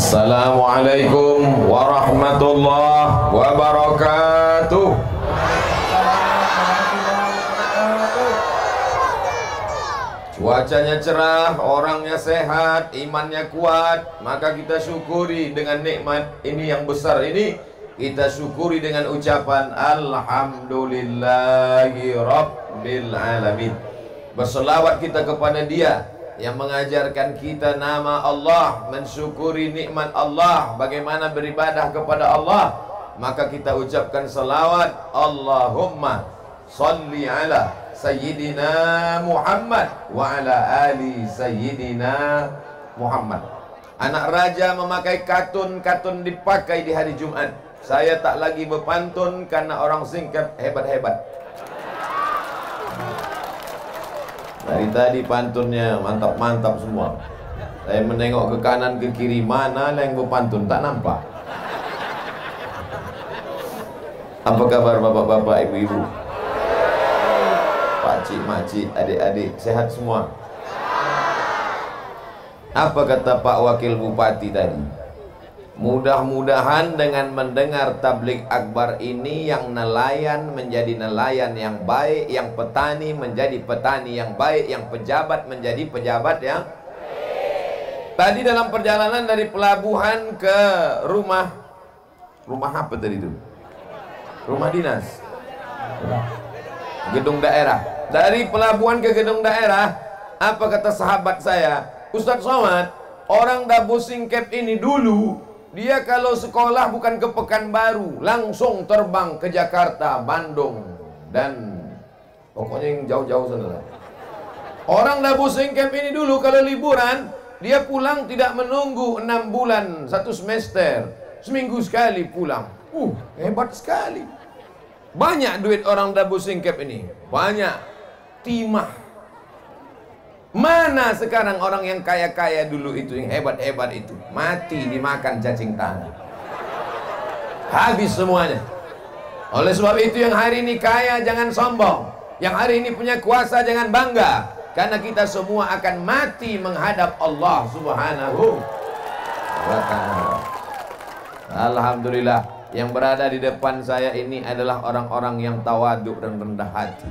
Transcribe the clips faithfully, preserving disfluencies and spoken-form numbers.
Assalamualaikum warahmatullahi wabarakatuh. Cuacanya cerah, orangnya sehat, imannya kuat, maka kita syukuri dengan nikmat ini yang besar ini. Kita syukuri dengan ucapan Alhamdulillahi Rabbil Alamin. Berselawat kita kepada Dia yang mengajarkan kita nama Allah, mensyukuri nikmat Allah, bagaimana beribadah kepada Allah. Maka kita ucapkan salawat, Allahumma salli ala Sayyidina Muhammad wa ala ali Sayyidina Muhammad. Anak raja memakai katun-katun dipakai di hari Jumat. Saya tak lagi berpantun karena orang singkat hebat-hebat. Dari tadi pantunnya mantap-mantap semua. Saya menengok ke kanan ke kiri, mana yang berpantun tak nampak. Apa kabar bapak-bapak, ibu-ibu, pakcik, makcik, adik-adik, sehat semua? Apa kata Pak Wakil Bupati tadi? Mudah-mudahan dengan mendengar tablik akbar ini, yang nelayan menjadi nelayan yang baik, yang petani menjadi petani yang baik, yang pejabat menjadi pejabat yang baik. Tadi dalam perjalanan dari pelabuhan ke rumah, rumah apa tadi itu? Rumah dinas, gedung daerah. Dari pelabuhan ke gedung daerah, apa kata sahabat saya, Ustadz Somad, orang Dabu Singkep ini dulu dia kalau sekolah bukan ke Pekanbaru, langsung terbang ke Jakarta, Bandung, dan pokoknya yang jauh-jauh sana. Orang Dabu Singkep ini dulu kalau liburan, dia pulang tidak menunggu enam bulan, satu semester, seminggu sekali pulang. Uh, hebat sekali. Banyak duit orang Dabu Singkep ini, banyak timah. Mana sekarang orang yang kaya-kaya dulu itu, yang hebat-hebat itu, mati dimakan cacing tanah, habis semuanya. Oleh sebab itu yang hari ini kaya jangan sombong, yang hari ini punya kuasa jangan bangga, karena kita semua akan mati menghadap Allah Subhanahu wa ta'ala. Alhamdulillah, yang berada di depan saya ini adalah orang-orang yang tawaduk dan rendah hati.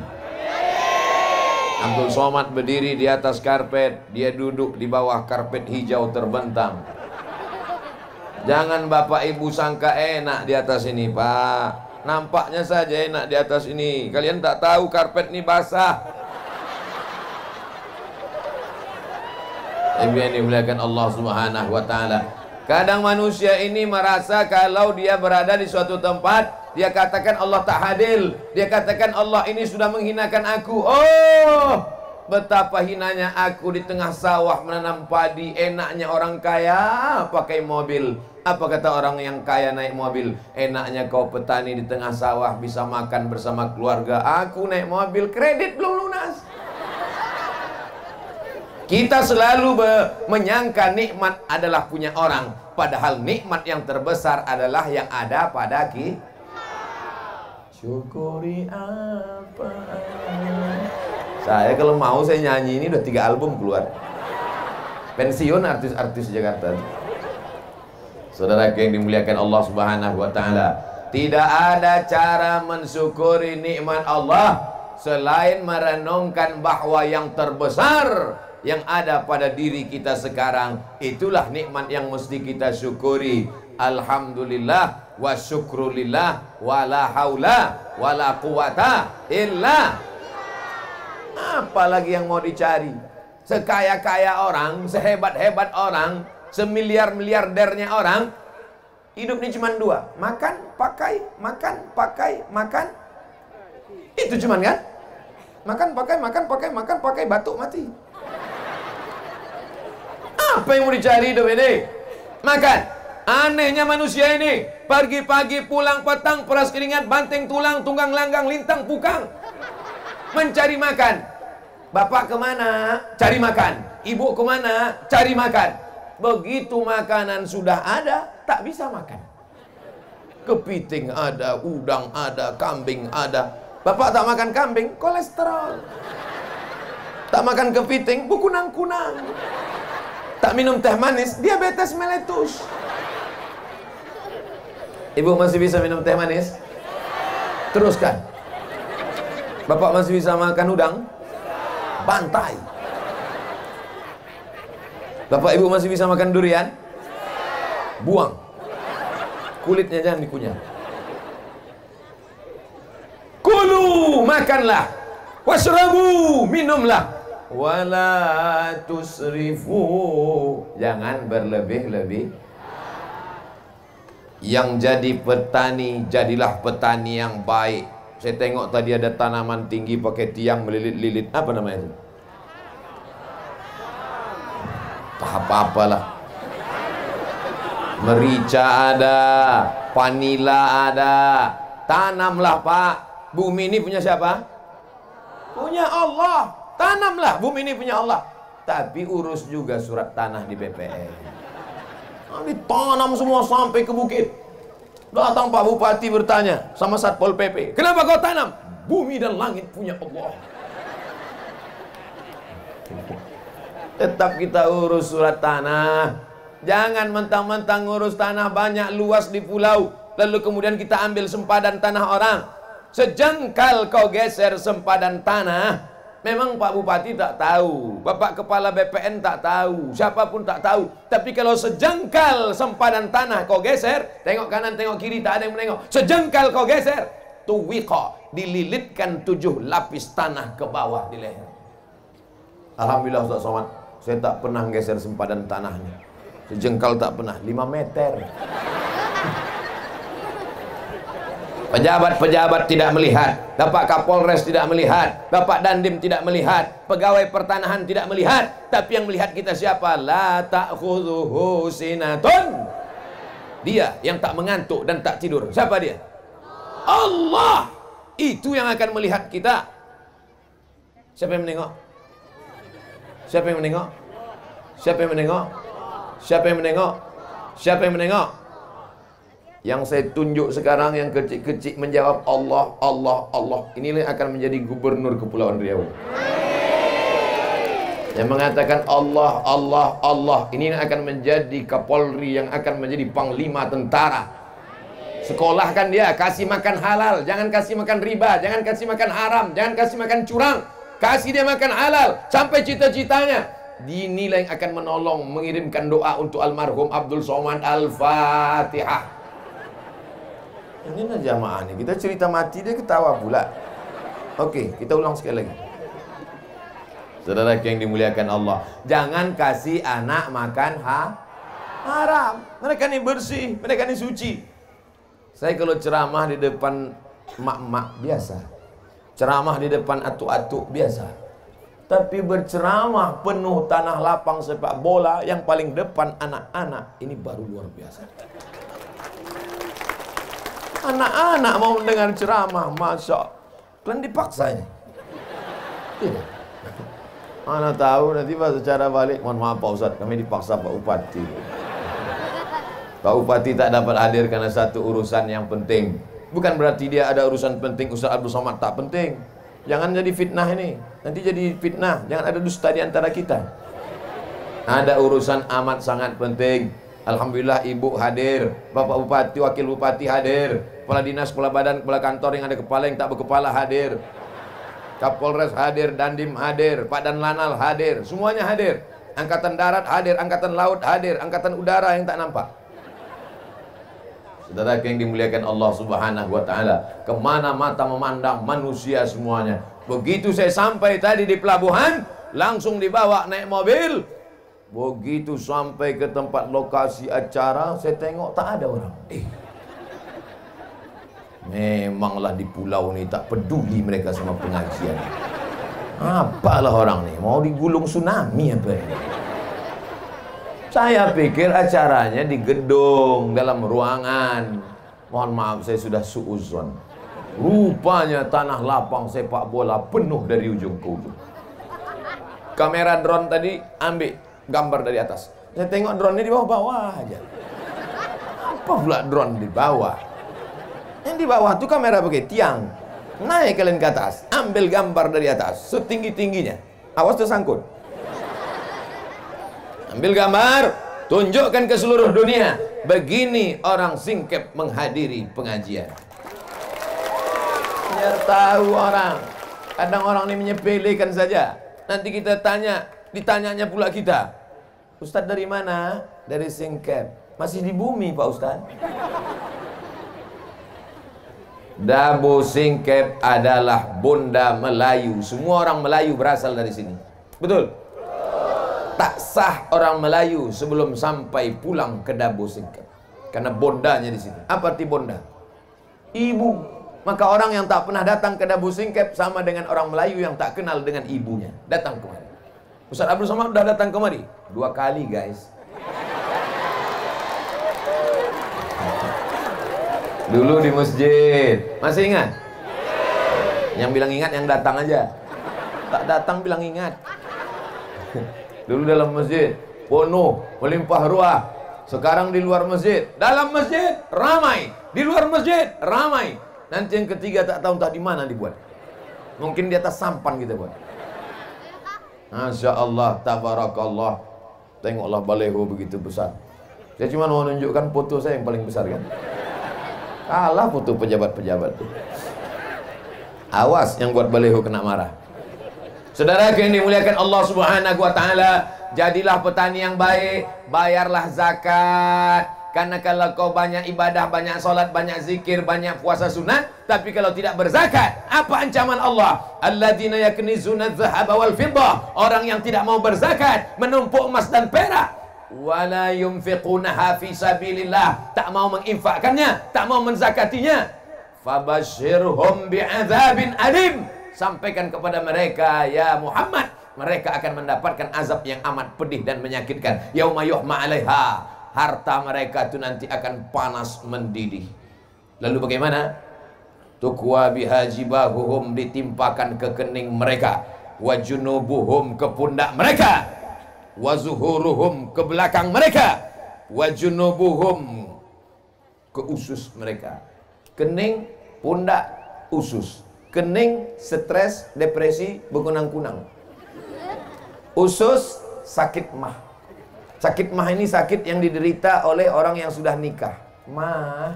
Abdul Somad berdiri di atas karpet, dia duduk di bawah karpet hijau terbentang. Jangan bapak ibu sangka enak di atas ini, Pak. Nampaknya saja enak di atas ini. Kalian tak tahu karpet ini basah. Ibu yang dimuliakan Allah Subhanahu wa ta'ala. Kadang manusia ini merasa kalau dia berada di suatu tempat, dia katakan Allah tak hadir. Dia katakan Allah ini sudah menghinakan aku. Oh, betapa hinanya aku di tengah sawah menanam padi. Enaknya orang kaya pakai mobil. Apa kata orang yang kaya naik mobil? Enaknya kau petani di tengah sawah bisa makan bersama keluarga. Aku naik mobil, kredit belum lunas. Kita selalu menyangka nikmat adalah punya orang, padahal nikmat yang terbesar adalah yang ada pada kita. Syukuri apa? Saya kalau mau saya nyanyi ini udah tiga album keluar. Pensiun artis-artis Jakarta. Saudara yang dimuliakan Allah Subhanahu wa ta'ala, tidak ada cara mensyukuri nikmat Allah selain merenungkan bahwa yang terbesar yang ada pada diri kita sekarang, itulah nikmat yang mesti kita syukuri. Alhamdulillah wa syukrulillah wa la haula wa la quwata illa. Apalagi yang mau dicari? Sekaya-kaya orang, sehebat-hebat orang, semiliar-miliardernya orang, hidupnya cuma dua, makan, pakai, makan, pakai, makan. Itu cuman kan? Makan, pakai, makan, pakai, makan, pakai, batuk, mati. Apa yang mau dicari hidup ini? Makan. Anehnya manusia ini, pagi-pagi pulang petang, peras keringat, banting tulang, tunggang langgang, lintang pukang, mencari makan. Bapak kemana? Cari makan. Ibu kemana? Cari makan. Begitu makanan sudah ada, tak bisa makan. Kepiting ada, udang ada, kambing ada. Bapak tak makan kambing, kolesterol. Tak makan kepiting, berkunang-kunang. Tak minum teh manis, diabetes meletus. Ibu masih bisa minum teh manis? Teruskan. Bapak masih bisa makan udang? Bantai. Bapak ibu masih bisa makan durian? Buang. Kulitnya jangan dikunyah. Kulu, makanlah. Washrabu, minumlah. Wala tusrifu, jangan berlebih-lebih. Yang jadi petani, jadilah petani yang baik. Saya tengok tadi ada tanaman tinggi pakai tiang melilit-lilit. Apa namanya itu? Tak apa-apalah. Merica ada, vanila ada. Tanamlah Pak. Bumi ini punya siapa? Punya Allah. Tanamlah, bumi ini punya Allah. Tapi urus juga surat tanah di B P N. Ditanam semua sampai ke bukit. Datang Pak Bupati bertanya sama Satpol P P, kenapa kau tanam? Bumi dan langit punya Allah. Tetap kita urus surat tanah. Jangan mentang-mentang ngurus tanah banyak luas di pulau, lalu kemudian kita ambil sempadan tanah orang. Sejengkal kau geser sempadan tanah, memang Pak Bupati tak tahu, Bapak Kepala B P N tak tahu, siapapun tak tahu. Tapi kalau sejengkal sempadan tanah kau geser, tengok kanan, tengok kiri, tak ada yang menengok. Sejengkal kau geser, tuwiqa, dililitkan tujuh lapis tanah ke bawah di leher. Alhamdulillah Ustaz Somad, saya tak pernah geser sempadan tanahnya. Sejengkal tak pernah, lima meter. Pejabat-pejabat tidak melihat, Bapak Kapolres tidak melihat, Bapak Dandim tidak melihat, pegawai pertanahan tidak melihat, tapi yang melihat kita siapa? La ta'khudhuhu sinatun. Dia yang tak mengantuk dan tak tidur. Siapa dia? Allah. Itu yang akan melihat kita. Siapa yang menengok? Siapa yang menengok? Siapa yang menengok? Siapa yang menengok? Siapa yang menengok? Yang saya tunjuk sekarang yang kecil-kecil menjawab Allah, Allah, Allah. Inilah yang akan menjadi gubernur Kepulauan Riau. Yang mengatakan Allah, Allah, Allah. Ini yang akan menjadi Kapolri, yang akan menjadi Panglima Tentara. Sekolahkan dia, kasih makan halal, jangan kasih makan riba, jangan kasih makan haram, jangan kasih makan curang. Kasih dia makan halal sampai cita-citanya. Inilah yang akan menolong, mengirimkan doa untuk almarhum Abdul Somad. Al-Fatihah. Ini lah jamaah nih, kita cerita mati dia ketawa pula. Oke, kita ulang sekali lagi. Saudara yang dimuliakan Allah, jangan kasih anak makan ha haram. Mereka ini bersih, mereka ini suci. Saya kalau ceramah di depan emak-emak biasa, ceramah di depan atuk-atuk biasa. Tapi berceramah penuh tanah lapang sepak bola, yang paling depan anak-anak, ini baru luar biasa. Anak-anak mau mendengar ceramah, masya kalian dipaksa ini. Tidak. Anak tahu nanti pas secara balik, mohon maaf Pak Ustadz, kami dipaksa Pak Bupati. Pak Bupati tak dapat hadir karena satu urusan yang penting. Bukan berarti dia ada urusan penting, Ustadz Abdul Somad tak penting. Jangan jadi fitnah ini, nanti jadi fitnah. Jangan ada dusta di antara kita. Ada urusan amat sangat penting. Alhamdulillah ibu hadir, Bapak Bupati, Wakil Bupati hadir, Kepala Dinas, Kepala Badan, Kepala Kantor yang ada kepala yang tak berkepala hadir, Kapolres hadir, Dandim hadir, Pak Dan Lanal hadir, semuanya hadir. Angkatan Darat hadir, Angkatan Laut hadir, Angkatan Udara yang tak nampak. Saudara yang dimuliakan Allah Subhanahu wa Ta'ala, kemana mata memandang manusia semuanya. Begitu saya sampai tadi di pelabuhan, langsung dibawa naik mobil. Begitu sampai ke tempat lokasi acara, saya tengok tak ada orang. Eh, memanglah di pulau ni tak peduli mereka sama pengajian. Apalah orang ni, mau digulung tsunami apa ini? Saya pikir acaranya di gedung, dalam ruangan. Mohon maaf, saya sudah suuzon. Rupanya tanah lapang sepak bola penuh dari ujung ke ujung. Kamera drone tadi ambil gambar dari atas. Saya tengok drone-nya di bawah-bawah aja. Apa pula drone di bawah? Yang di bawah tuh kamera pakai tiang. Naik kalian ke atas, ambil gambar dari atas setinggi-tingginya. Awas tersangkut. Ambil gambar, tunjukkan ke seluruh dunia. Begini orang Singkep menghadiri pengajian. Biar tahu orang. Kadang orang ini menyepelekan saja. Nanti kita tanya, ditanyanya pula kita, Ustadz dari mana? Dari Singkep. Masih di bumi Pak Ustadz. Dabo Singkep adalah bonda Melayu. Semua orang Melayu berasal dari sini. Betul? Tak sah orang Melayu sebelum sampai pulang ke Dabo Singkep. Karena bondanya di sini. Apa arti bonda? Ibu. Maka orang yang tak pernah datang ke Dabo Singkep sama dengan orang Melayu yang tak kenal dengan ibunya. Datang kemari. Ustaz Abdul Somad sudah datang kemari dua kali guys. Dulu di masjid. Masih ingat? Yang bilang ingat yang datang aja. Tak datang bilang ingat. Dulu dalam masjid penuh, melimpah ruah. Sekarang di luar masjid. Dalam masjid ramai, di luar masjid ramai. Nanti yang ketiga tak tahu tak di mana dibuat. Mungkin di atas sampan kita buat. Masya Allah, tabarakallah. Tengoklah baleho begitu besar. Saya cuma mau menunjukkan foto saya yang paling besar kan. Kalah foto pejabat-pejabat tuh. Awas yang buat baleho kena marah. Saudara yang dimuliakan Allah Subhanahu wa taala, jadilah petani yang baik, bayarlah zakat. Karena kalau kau banyak ibadah, banyak solat, banyak zikir, banyak puasa sunat, tapi kalau tidak berzakat, apa ancaman Allah? Alladzina yaknizuna adh-dhahaba wal fiddah. Orang yang tidak mau berzakat, menumpuk emas dan perak. Wala yunfiqunaha fi sabilillah. Tak mau menginfakkannya, tak mau menzakatinya. Fabashshirhum bi'adzabin alim. Sampaikan kepada mereka, ya Muhammad, mereka akan mendapatkan azab yang amat pedih dan menyakitkan. Yauma yuhma 'alaiha. Harta mereka itu nanti akan panas mendidih. Lalu bagaimana? Tukwa biha jibahuhum, ditimpakan ke kening mereka. Wa junubuhum, ke pundak mereka. Wa zuhuruhum, ke belakang mereka. Wa junubuhum, ke usus mereka. Kening, pundak, usus. Kening, stres, depresi, berkunang-kunang. Usus, sakit mah. Sakit mah ini sakit yang diderita oleh orang yang sudah nikah. Mah.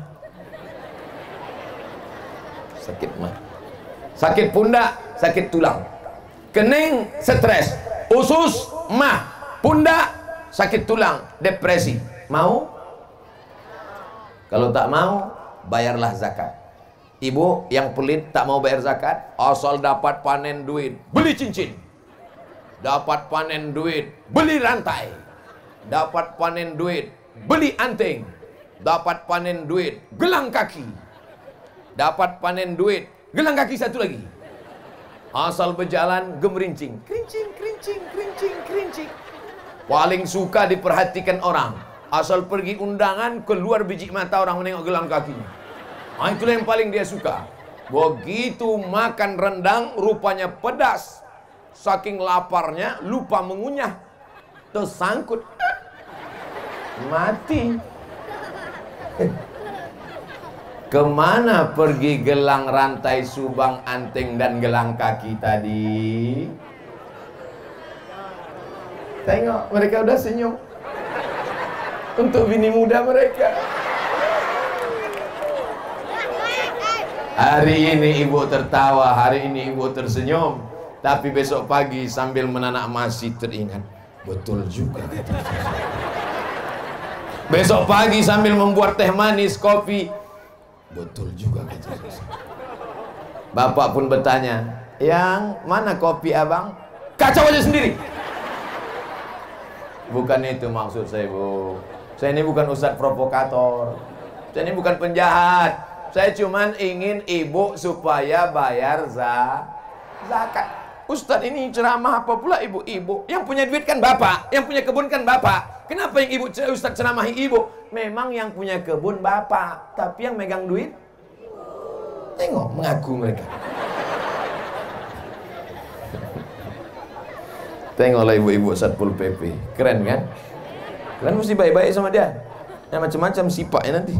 Sakit mah. Sakit pundak, sakit tulang. Kening, stres. Usus, mah. Pundak, sakit tulang, depresi. Mau? Kalau tak mau, bayarlah zakat. Ibu yang pelit tak mau bayar zakat, asal dapat panen duit, beli cincin. Dapat panen duit, beli rantai. Dapat panen duit, beli anting. Dapat panen duit, gelang kaki. Dapat panen duit, gelang kaki satu lagi. Asal berjalan gemerincing, kerincing, kerincing, kerincing, kerincing. Paling suka diperhatikan orang. Asal pergi undangan, keluar biji mata orang menengok gelang kakinya. Nah, itulah yang paling dia suka. Begitu makan rendang, rupanya pedas. Saking laparnya, lupa mengunyah. Tersangkut. Mati. Kemana pergi gelang, rantai, subang, anting, dan gelang kaki tadi? Tengok, mereka udah senyum. Untuk bini muda mereka. Hari ini ibu tertawa, hari ini ibu tersenyum. Tapi besok pagi sambil menanak masih teringat, betul juga kata saya. Besok pagi sambil membuat teh manis, kopi, betul juga kata saya. Bapak pun bertanya, yang mana kopi abang? Kacau aja sendiri. Bukan itu maksud saya, Bu. Saya ini bukan ustadz provokator. Saya ini bukan penjahat. Saya cuman ingin ibu supaya bayar za zakat. Ustadz ini ceramah apa pula ibu-ibu? Yang punya duit kan bapak, yang punya kebun kan bapak. Kenapa yang ibu ustadz ceramahi ibu? Memang yang punya kebun bapak, tapi yang megang duit, tengok mengaku mereka. Tengoklah ibu-ibu Satpol P P, keren kan? Kalian mesti baik-baik sama dia. Yang macam-macam sifatnya nanti.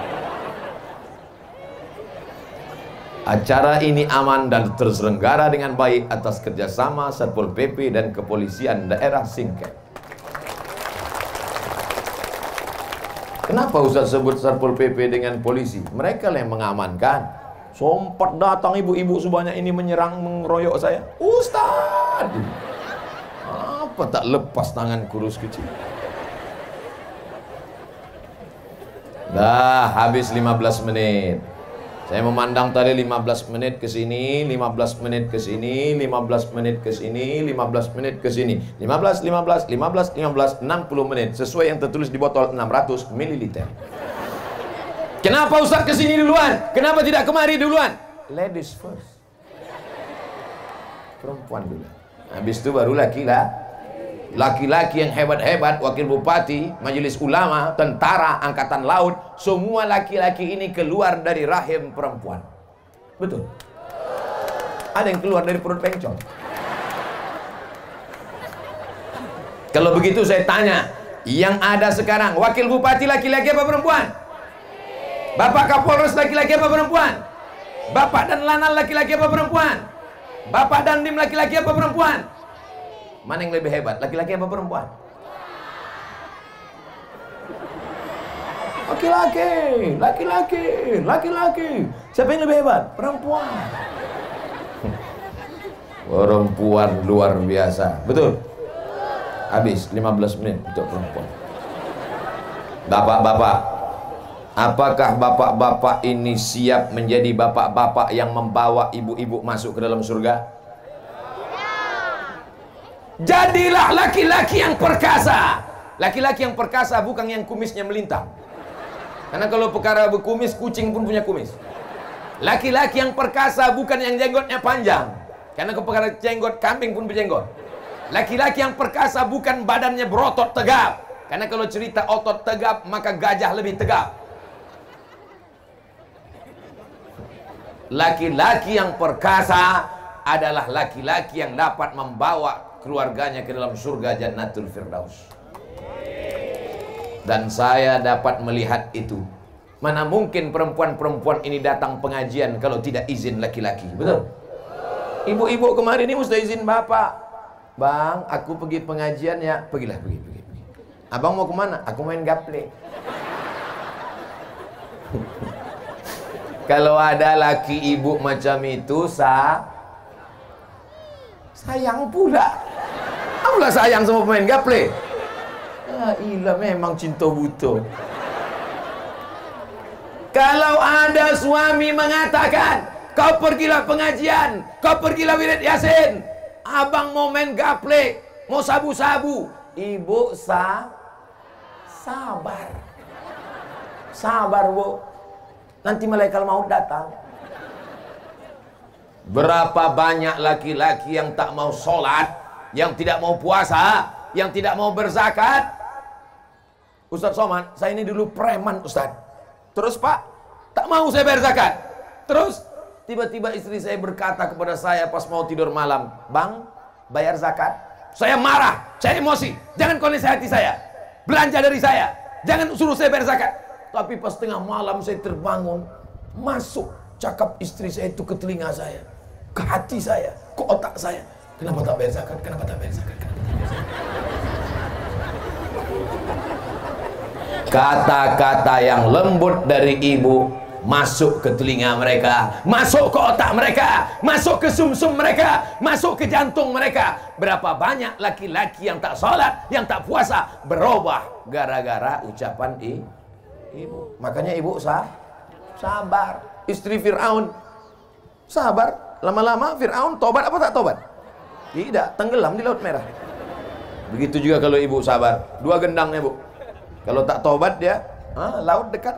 Acara ini aman dan terselenggara dengan baik atas kerjasama Satpol P P dan Kepolisian Daerah Singkep. Kenapa Ustaz sebut Satpol P P dengan polisi? Mereka yang mengamankan. Sempat datang ibu-ibu sebanyak ini menyerang, mengeroyok saya. Ustaz, apa tak lepas tangan kurus kecil. Dah habis lima belas menit. Saya memandang tadi lima belas menit ke sini, lima belas menit ke sini, lima belas menit ke sini, lima belas menit ke sini. lima belas, lima belas, lima belas, lima belas, enam puluh menit sesuai yang tertulis di botol enam ratus mililiter. Kenapa Ustaz ke sini duluan? Kenapa tidak kemari duluan? Ladies first. Perempuan dulu. Habis itu baru laki lah. Laki-laki yang hebat-hebat, wakil bupati, majelis ulama, tentara, angkatan laut, semua laki-laki ini keluar dari rahim perempuan. Betul? Ada yang keluar dari perut bencong. Kalau begitu saya tanya, yang ada sekarang wakil bupati laki-laki apa perempuan? Bapak Kapolres laki-laki apa perempuan? Bapak dan Lanal laki-laki apa perempuan? Bapak Dandim laki-laki apa perempuan? Mana yang lebih hebat? Laki-laki apa perempuan? Laki-laki, laki-laki, laki-laki. Siapa yang lebih hebat? Perempuan. Perempuan luar biasa. Betul? Habis lima belas menit untuk perempuan. Bapak-bapak, apakah bapak-bapak ini siap menjadi bapak-bapak yang membawa ibu-ibu masuk ke dalam surga? Jadilah laki-laki yang perkasa. Laki-laki yang perkasa bukan yang kumisnya melintang. Karena kalau perkara berkumis, kucing pun punya kumis. Laki-laki yang perkasa bukan yang jenggotnya panjang. Karena kalau perkara jenggot, kambing pun berjenggot. Laki-laki yang perkasa bukan badannya berotot tegap. Karena kalau cerita otot tegap, maka gajah lebih tegap. Laki-laki yang perkasa adalah laki-laki yang dapat membawa keluarganya ke dalam surga Jannatul Firdaus. Dan saya dapat melihat itu. Mana mungkin perempuan-perempuan ini datang pengajian kalau tidak izin laki-laki. Betul? Ibu-ibu kemarin ini mesti izin bapak. Bang, aku pergi pengajian ya. Pergilah, pergi, pergi, pergi. Abang mau kemana? Aku main gaple. Kalau ada laki ibu macam itu, sa sayang pula. Apalah sayang sama pemain gaple. Ah, ilah memang cinta buta. Kalau ada suami mengatakan, kau pergilah pengajian, kau pergilah wirid yasin, abang mau main gaple, mau sabu-sabu, ibu sa sabar. Sabar, Bu. Nanti malaikat maut datang. Berapa banyak laki-laki yang tak mau sholat, yang tidak mau puasa, yang tidak mau berzakat. Ustaz Somad, saya ini dulu preman Ustaz. Terus Pak, tak mau saya bayar zakat. Terus tiba-tiba istri saya berkata kepada saya pas mau tidur malam, Bang, bayar zakat. Saya marah, saya emosi. Jangan kondisi hati saya, belanja dari saya, jangan suruh saya bayar zakat. Tapi pas tengah malam saya terbangun, masuk cakap istri saya itu ke telinga saya, ke hati saya, ke otak saya. Kenapa tak bayar zakat? Kenapa tak bayar zakat? Kenapa tak bayar zakat? Kata-kata yang lembut dari ibu masuk ke telinga mereka, masuk ke otak mereka, masuk ke sumsum mereka, masuk ke jantung mereka. Berapa banyak laki-laki yang tak sholat, yang tak puasa, berubah gara-gara ucapan i, ibu. Makanya ibu sah, sabar. Istri Fir'aun sabar. Lama-lama Fir'aun tobat apa tak tobat? Tidak, tenggelam di Laut Merah. Begitu juga kalau ibu sabar. Dua gendangnya, Bu. Kalau tak tobat dia, ah, laut dekat.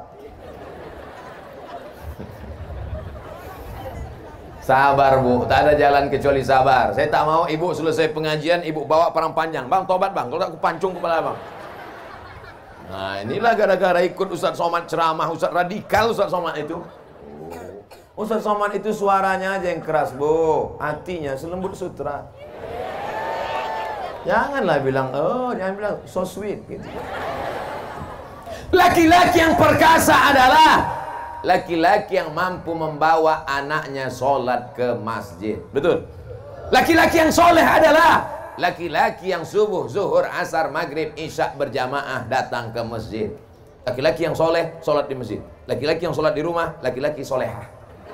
Sabar, Bu. Tak ada jalan kecuali sabar. Saya tak mau ibu selesai pengajian, ibu bawa parang panjang. Bang, tobat bang. Kalau tak aku pancung kepala bang. Nah, inilah gara-gara ikut Ustaz Somad ceramah, Ustaz radikal Ustaz Somad itu. Ustaz Somad itu suaranya aja yang keras, Bu. Hatinya selembut sutra. Janganlah bilang, oh, jangan bilang so sweet gitu. Laki-laki yang perkasa adalah laki-laki yang mampu membawa anaknya sholat ke masjid. Betul? Laki-laki yang soleh adalah laki-laki yang subuh, zuhur, asar, maghrib, isya berjamaah datang ke masjid. Laki-laki yang soleh, sholat di masjid. Laki-laki yang sholat di rumah, laki-laki solehah.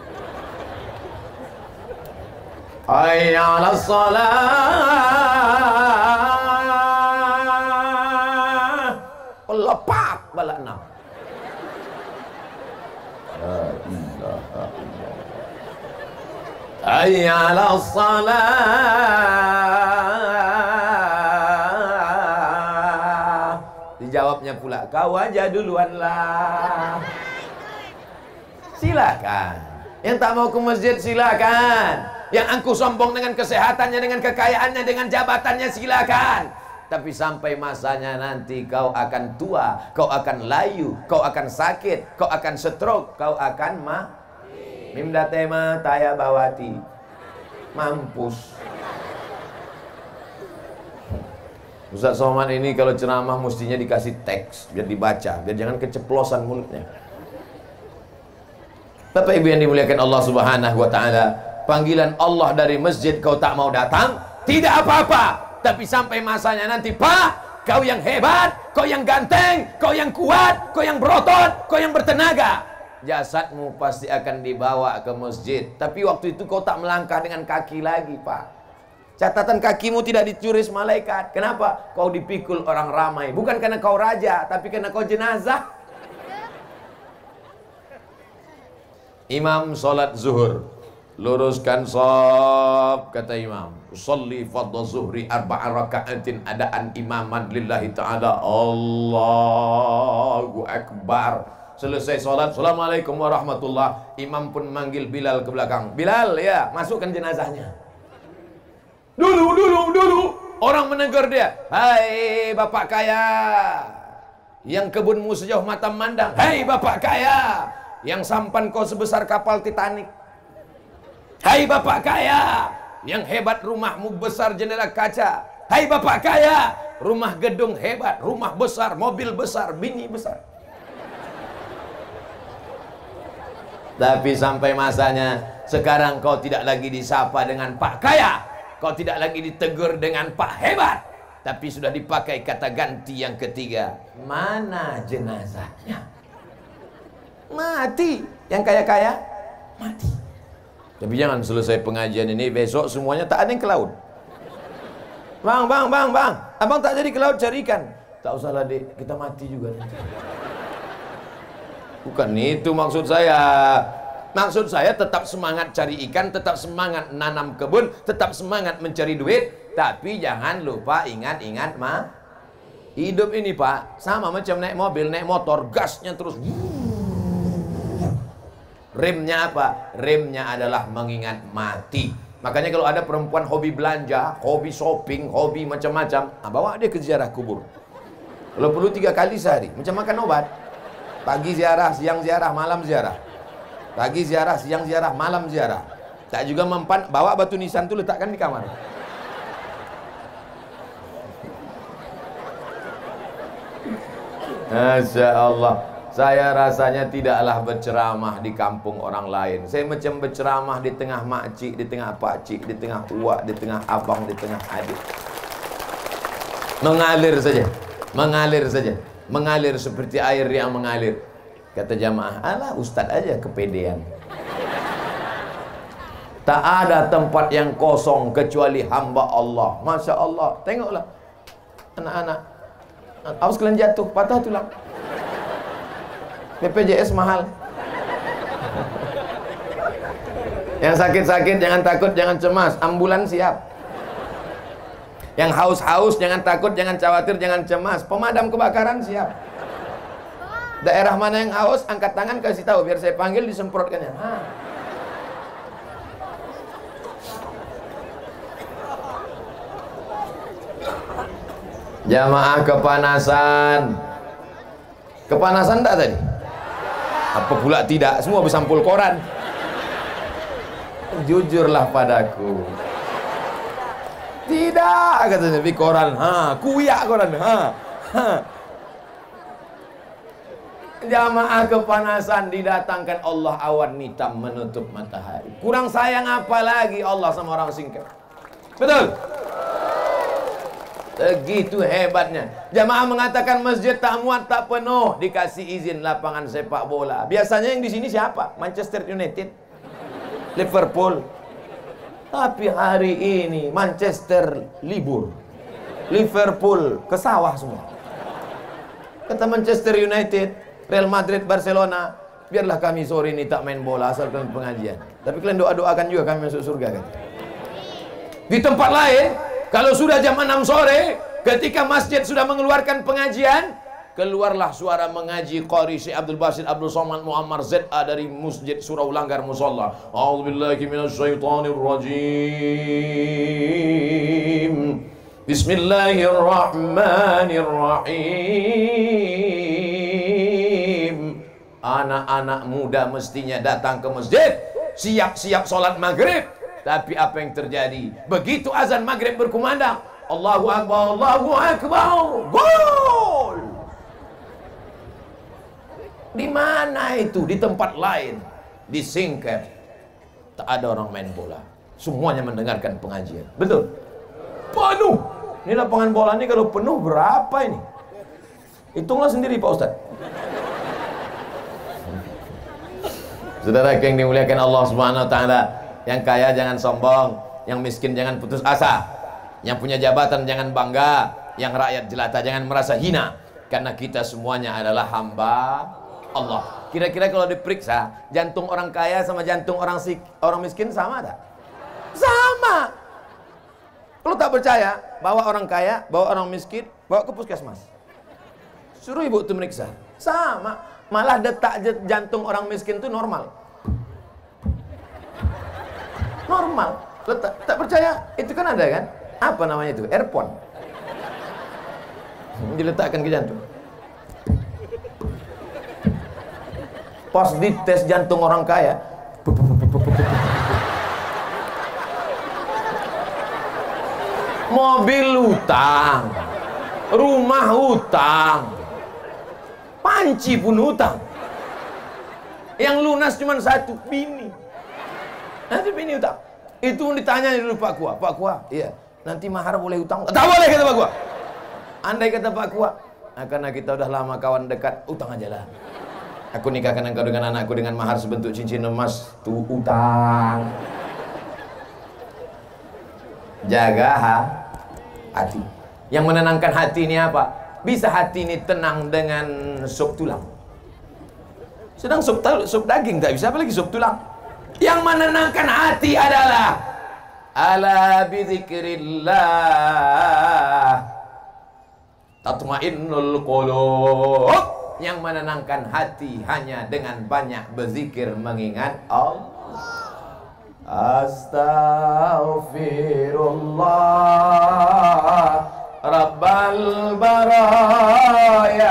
Hayya 'alas shalah. Lepak bala enam. La ilaha illallah. Hayya 'alas shalah. Dijawabnya pula, kau aja duluan lah. Silakan. Yang tak mau ke masjid silakan. Yang angkuh sombong dengan kesehatannya, dengan kekayaannya, dengan jabatannya, silakan. Tapi sampai masanya nanti kau akan tua, kau akan layu, kau akan sakit, kau akan stroke, kau akan mah mimda tema taya bawati mampus. Ustaz Somad ini kalau ceramah mestinya dikasih teks biar dibaca, biar jangan keceplosan mulutnya. Bapak Ibu yang dimuliakan Allah Subhanahu wa taala, panggilan Allah dari masjid kau tak mau datang, tidak apa-apa. Tapi sampai masanya nanti, Pak, kau yang hebat, kau yang ganteng, kau yang kuat, kau yang berotot, kau yang bertenaga, jasadmu pasti akan dibawa ke masjid. Tapi waktu itu kau tak melangkah dengan kaki lagi, Pak. Catatan kakimu tidak dicuris malaikat. Kenapa? Kau dipikul orang ramai. Bukan karena kau raja, tapi karena kau jenazah. Imam sholat zuhur, luruskan shaf, kata imam, usolli fardhu zuhri arba'a raka'atin adaan imaman lillahi ta'ala. Allahu akbar. Selesai sholat, assalamualaikum warahmatullah. Imam pun manggil Bilal ke belakang. Bilal, ya, masukkan jenazahnya. Dulu, dulu, dulu. Orang menegur dia. Hai bapak kaya, yang kebunmu sejauh mata memandang. Hai bapak kaya, yang sampan kau sebesar kapal Titanic. Hai bapak kaya, yang hebat rumahmu besar jendela kaca. Hai bapak kaya, rumah gedung hebat, rumah besar, mobil besar, bini besar. Tapi sampai masanya, sekarang kau tidak lagi disapa dengan Pak Kaya, kau tidak lagi ditegur dengan Pak Hebat, tapi sudah dipakai kata ganti yang ketiga. Mana jenazahnya? Mati. Yang kaya-kaya mati. Tapi jangan selesai pengajian ini besok semuanya tak ada yang ke laut. Bang, bang, bang, bang, abang tak jadi ke laut cari ikan. Tak usah lah dek, kita mati juga nanti. Bukan itu maksud saya. Maksud saya tetap semangat cari ikan, tetap semangat nanam kebun, tetap semangat mencari duit. Tapi jangan lupa ingat-ingat mah, hidup ini Pak sama macam naik mobil, naik motor, gasnya terus. Remnya apa? Remnya adalah mengingat mati. Makanya kalau ada perempuan hobi belanja, hobi shopping, hobi macam-macam, nah, bawa dia ke ziarah kubur. Kalau perlu tiga kali sehari, macam makan obat. Pagi ziarah, siang ziarah, malam ziarah. Pagi ziarah, siang ziarah, malam ziarah. Tak juga mempan, bawa batu nisan itu letakkan di kamar. Masya Allah. Saya rasanya tidaklah berceramah di kampung orang lain. Saya macam berceramah di tengah makcik, di tengah pakcik, di tengah uak, di tengah abang, di tengah adik. Mengalir saja, mengalir saja. Mengalir seperti air yang mengalir. Kata jamaah, alah ustadz aja kepedean. Tak ada tempat yang kosong kecuali hamba Allah. Masya Allah. Tengoklah anak-anak, awas kalian jatuh, patah tulang. B P J S mahal. Yang sakit-sakit jangan takut, jangan cemas, ambulan siap. Yang haus-haus jangan takut, jangan khawatir, jangan cemas, pemadam kebakaran siap. Daerah mana yang haus, angkat tangan kasih tahu biar saya panggil disemprotkannya. Ha. Jamaah kepanasan. Kepanasan tak tadi? Apa pula tidak? Semua bersampul koran. Jujurlah padaku. Tidak, katanya di koran. Ha, kuyak koran. Ha. Ha. Jamaah kepanasan didatangkan Allah awan hitam menutup matahari. Kurang sayang apa lagi Allah sama orang singkat? Betul? Begitu hebatnya. Jamaah mengatakan masjid tak muat, tak penuh, dikasih izin lapangan sepak bola. Biasanya yang di sini siapa? Manchester United, Liverpool. Tapi hari ini Manchester libur, Liverpool ke sawah semua. Kata Manchester United, Real Madrid, Barcelona, biarlah kami sore ini tak main bola asalkan pengajian. Tapi kalian doa-doakan juga kami masuk surga kan. Di tempat lain, kalau sudah jam enam sore, ketika masjid sudah mengeluarkan pengajian, keluarlah suara mengaji Qari Syekh Abdul Basit Abdul Somad Muammar Z A dari Masjid Surau Langgar Musalla. A'udzubillahi minasyaitonir rajim. Bismillahirrahmanirrahim. Anak-anak muda mestinya datang ke masjid, siap-siap sholat maghrib. Tapi apa yang terjadi? Begitu azan maghrib berkumandang, Allahu Akbar, Allahu Akbar, gol! Di mana itu? Di tempat lain, di Singkep, tak ada orang main bola. Semuanya mendengarkan pengajian. Betul? Penuh. Ini lapangan bola ini kalau penuh berapa ini? Hitunglah sendiri Pak Ustadz. Saudara yang dimuliakan Allah Subhanahu wa taala, yang kaya jangan sombong, yang miskin jangan putus asa, yang punya jabatan jangan bangga, yang rakyat jelata jangan merasa hina, karena kita semuanya adalah hamba Allah. Kira-kira kalau diperiksa, jantung orang kaya sama jantung orang sik, orang miskin sama tak? Sama. Kalau tak percaya, bawa orang kaya, bawa orang miskin, bawa ke puskesmas. Suruh ibu itu meriksa. Sama. Malah detak jantung orang miskin itu normal. Normal. Tak, tak percaya? Itu kan ada kan? Apa namanya itu? Earphone. Diletakkan ke jantung. Pas dites jantung orang kaya, mobil hutang, rumah hutang, panci pun hutang. Yang lunas cuma satu, bini. Nanti bini hutang. Itu ditanya dulu Pak Kua. Pak Kua, iya. Nanti mahar boleh hutang? Tak boleh kata Pak Kua. Andai kata Pak Kua, nah, karena kita udah lama kawan dekat, hutang aja lah. Aku nikahkan engkau dengan anakku dengan mahar sebentuk cincin emas, tuh hutang. Jaga hati. Yang menenangkan hati ini apa? Bisa hati ini tenang dengan sup tulang. Sedang sup, sup daging tak bisa, apalagi sup tulang. Yang menenangkan hati adalah ala bidzikrillah tatmainnul qulub. Yang menenangkan hati hanya dengan banyak berzikir mengingat Allah. Astaghfirullah Rabbal baraya,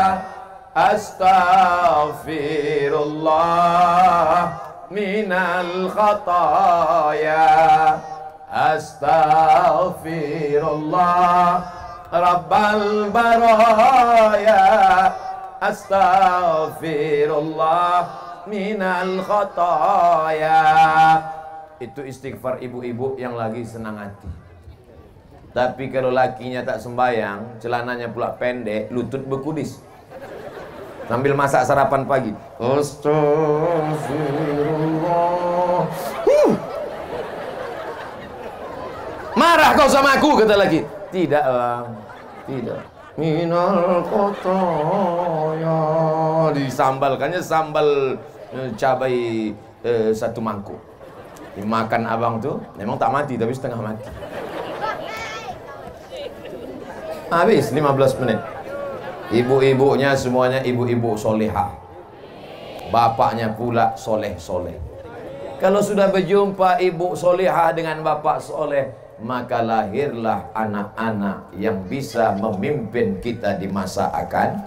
astaghfirullah minal khataya, astaghfirullah Rabbal baraya, astaghfirullah minal khataya. Itu istighfar ibu-ibu yang lagi senang hati. Tapi kalau lakinya tak sembayang, celananya pula pendek, lutut berkudis, sambil masak sarapan pagi, astagfirullah. huh. Marah kau sama aku, kata laki. Tidak bang, tidak. Minal khataya. Disambalkannya sambal eh, cabai eh, satu mangkuk. Dimakan abang tuh, memang tak mati tapi setengah mati. Habis lima belas menit. Ibu-ibunya semuanya ibu-ibu solehah. Bapaknya pula soleh-soleh. Kalau sudah berjumpa ibu solehah dengan bapak soleh, maka lahirlah anak-anak yang bisa memimpin kita di masa akan.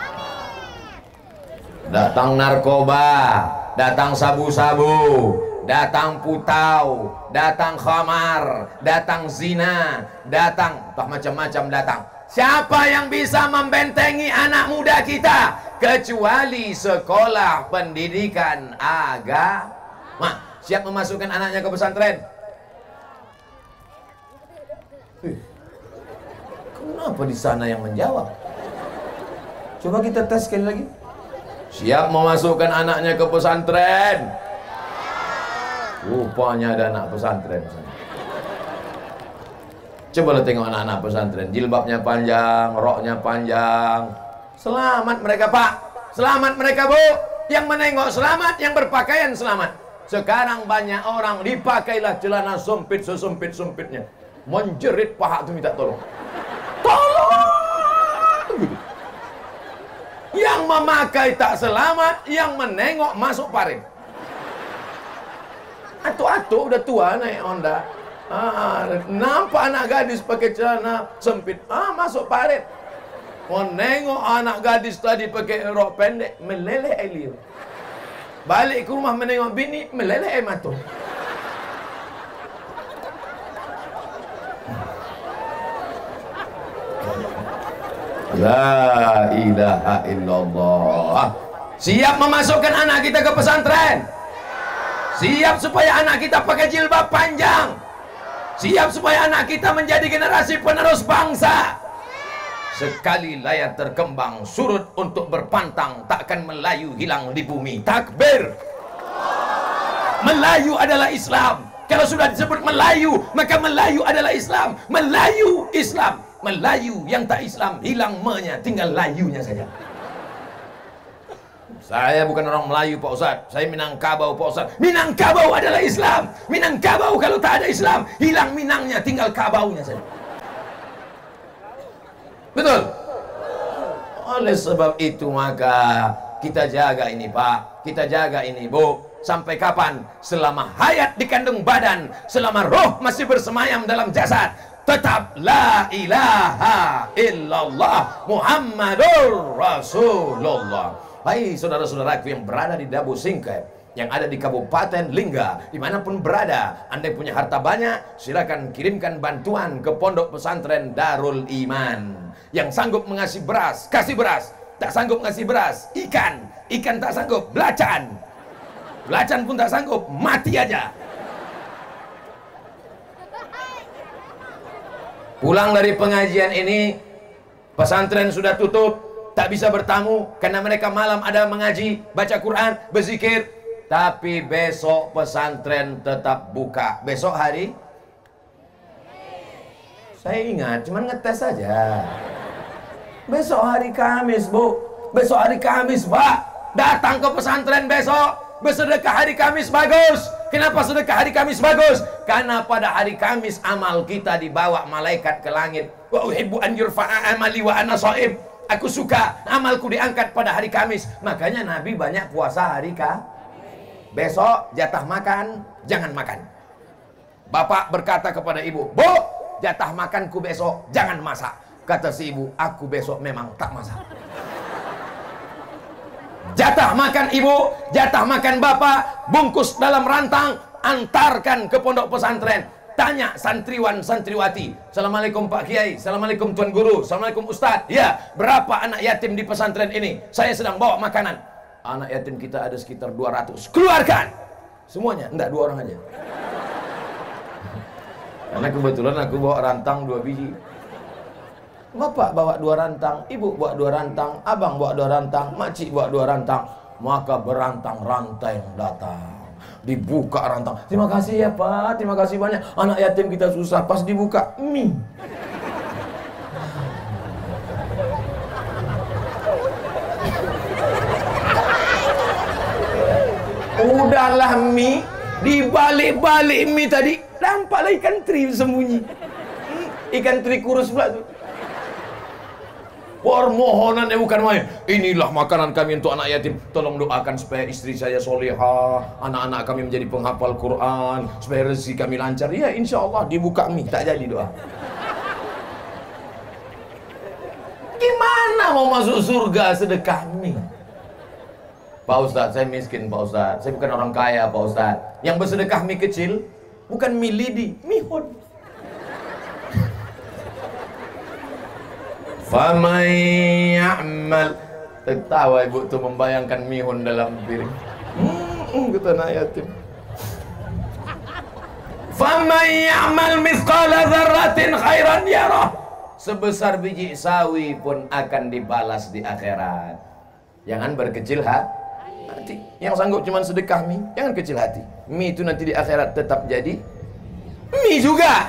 Datang narkoba, datang sabu-sabu, datang putau, datang khamar, datang zina, datang bah macam-macam datang. Siapa yang bisa membentengi anak muda kita kecuali sekolah pendidikan agama? Siap memasukkan anaknya ke pesantren? Kenapa di sana yang menjawab? Coba kita tes sekali lagi. Siap memasukkan anaknya ke pesantren? Rupanya ada anak pesantren. Coba lo tengok anak-anak pesantren, jilbabnya panjang, roknya panjang. Selamat mereka Pak, selamat mereka Bu. Yang menengok selamat, yang berpakaian selamat. Sekarang banyak orang dipakailah celana sempit sesempit-sempitnya, menjerit paha itu minta tolong. Tolong! Yang memakai tak selamat, yang menengok masuk parit. Atu-atu udah tua naik Honda. Ah, nampak anak gadis pakai celana sempit, ah masuk parit. Menengok anak gadis tadi pakai rok pendek, meleleh air liur. Balik ke rumah menengok bini, meleleh air mata. La ilaha illallah. Siap memasukkan anak kita ke pesantren? Siap supaya anak kita pakai jilbab panjang? Siap supaya anak kita menjadi generasi penerus bangsa? Sekali layar terkembang surut untuk berpantang, takkan Melayu hilang di bumi. Takbir. Melayu adalah Islam. Kalau sudah disebut Melayu, maka Melayu adalah Islam. Melayu Islam. Melayu yang tak Islam hilang me-nya, tinggal layunya saja. Saya bukan orang Melayu Pak Ustadz, saya Minangkabau Pak Ustadz. Minangkabau adalah Islam. Minangkabau kalau tak ada Islam, hilang Minangnya, tinggal kabaunya saja. Betul? Oleh sebab itu maka kita jaga ini Pak, kita jaga ini Bu. Sampai kapan? Selama hayat dikandung badan, selama roh masih bersemayam dalam jasad, tetap la ilaha illallah Muhammadur Rasulullah. Hai saudara-saudaraku yang berada di Dabu Singkep, yang ada di Kabupaten Lingga, dimanapun berada, Anda punya harta banyak, silakan kirimkan bantuan ke Pondok Pesantren Darul Iman. Yang sanggup mengasih beras, kasih beras. Tak sanggup ngasih beras, ikan. Ikan tak sanggup, belacan. Belacan pun tak sanggup, mati aja. Pulang dari pengajian ini, pesantren sudah tutup, tak bisa bertamu karena mereka malam ada mengaji, baca Quran, berzikir. Tapi besok pesantren tetap buka. Besok hari? Saya ingat, cuman ngetes saja. Besok hari Kamis, Bu. Besok hari Kamis, Pak. Datang ke pesantren besok. Bersedekah hari Kamis bagus. Kenapa sedekah hari Kamis bagus? Karena pada hari Kamis amal kita dibawa malaikat ke langit. Wa uhibbu an yurfa'a amali wa ana shaim. Aku suka amalku diangkat pada hari Kamis. Makanya Nabi banyak puasa hari Kamis. Besok jatah makan, jangan makan. Bapak berkata kepada ibu, Bu, jatah makanku besok jangan masak. Kata si ibu, aku besok memang tak masak. Jatah makan ibu, jatah makan bapak, bungkus dalam rantang, antarkan ke pondok pesantren. Tanya santriwan santriwati, Assalamualaikum Pak Kiai, Assalamualaikum Tuan Guru, Assalamualaikum Ustadz. Ya, berapa anak yatim di pesantren ini? Saya sedang bawa makanan. Anak yatim kita ada sekitar dua ratus. Keluarkan semuanya, enggak, dua orang aja. Karena kebetulan aku bawa rantang dua biji. Bapak bawa dua rantang, ibu bawa dua rantang, abang bawa dua rantang, makcik bawa dua rantang. Maka berantang-rantang datang, dibuka rantang. Terima kasih ya Pak, terima kasih banyak. Anak yatim kita susah, pas dibuka mie. Udahlah mie, dibalik-balik mie tadi, nampaklah ikan teri sembunyi. Ikan teri kurus pula tuh. Permohonannya bukan main. Inilah makanan kami untuk anak yatim. Tolong doakan supaya istri saya solehah, anak-anak kami menjadi penghafal Quran, supaya rezeki kami lancar. Ya insya Allah dibuka mie, tak jadi doa. Gimana mau masuk surga sedekah mie? Pak Ustadz, saya miskin Pak Ustadz. Saya bukan orang kaya Pak Ustadz. Yang bersedekah mie kecil, bukan mie lidi, mihun. Faman ya'mal. Tertawa ibu tuh membayangkan mihun dalam piring. Hmm, kata anak yatim. Faman ya'mal mithqala dzarratin khairan yarah. sebesar biji sawi pun akan dibalas di akhirat. Jangan berkecil hati. Yang sanggup cuma sedekah mie, jangan kecil hati. Mie itu nanti di akhirat tetap jadi mie juga.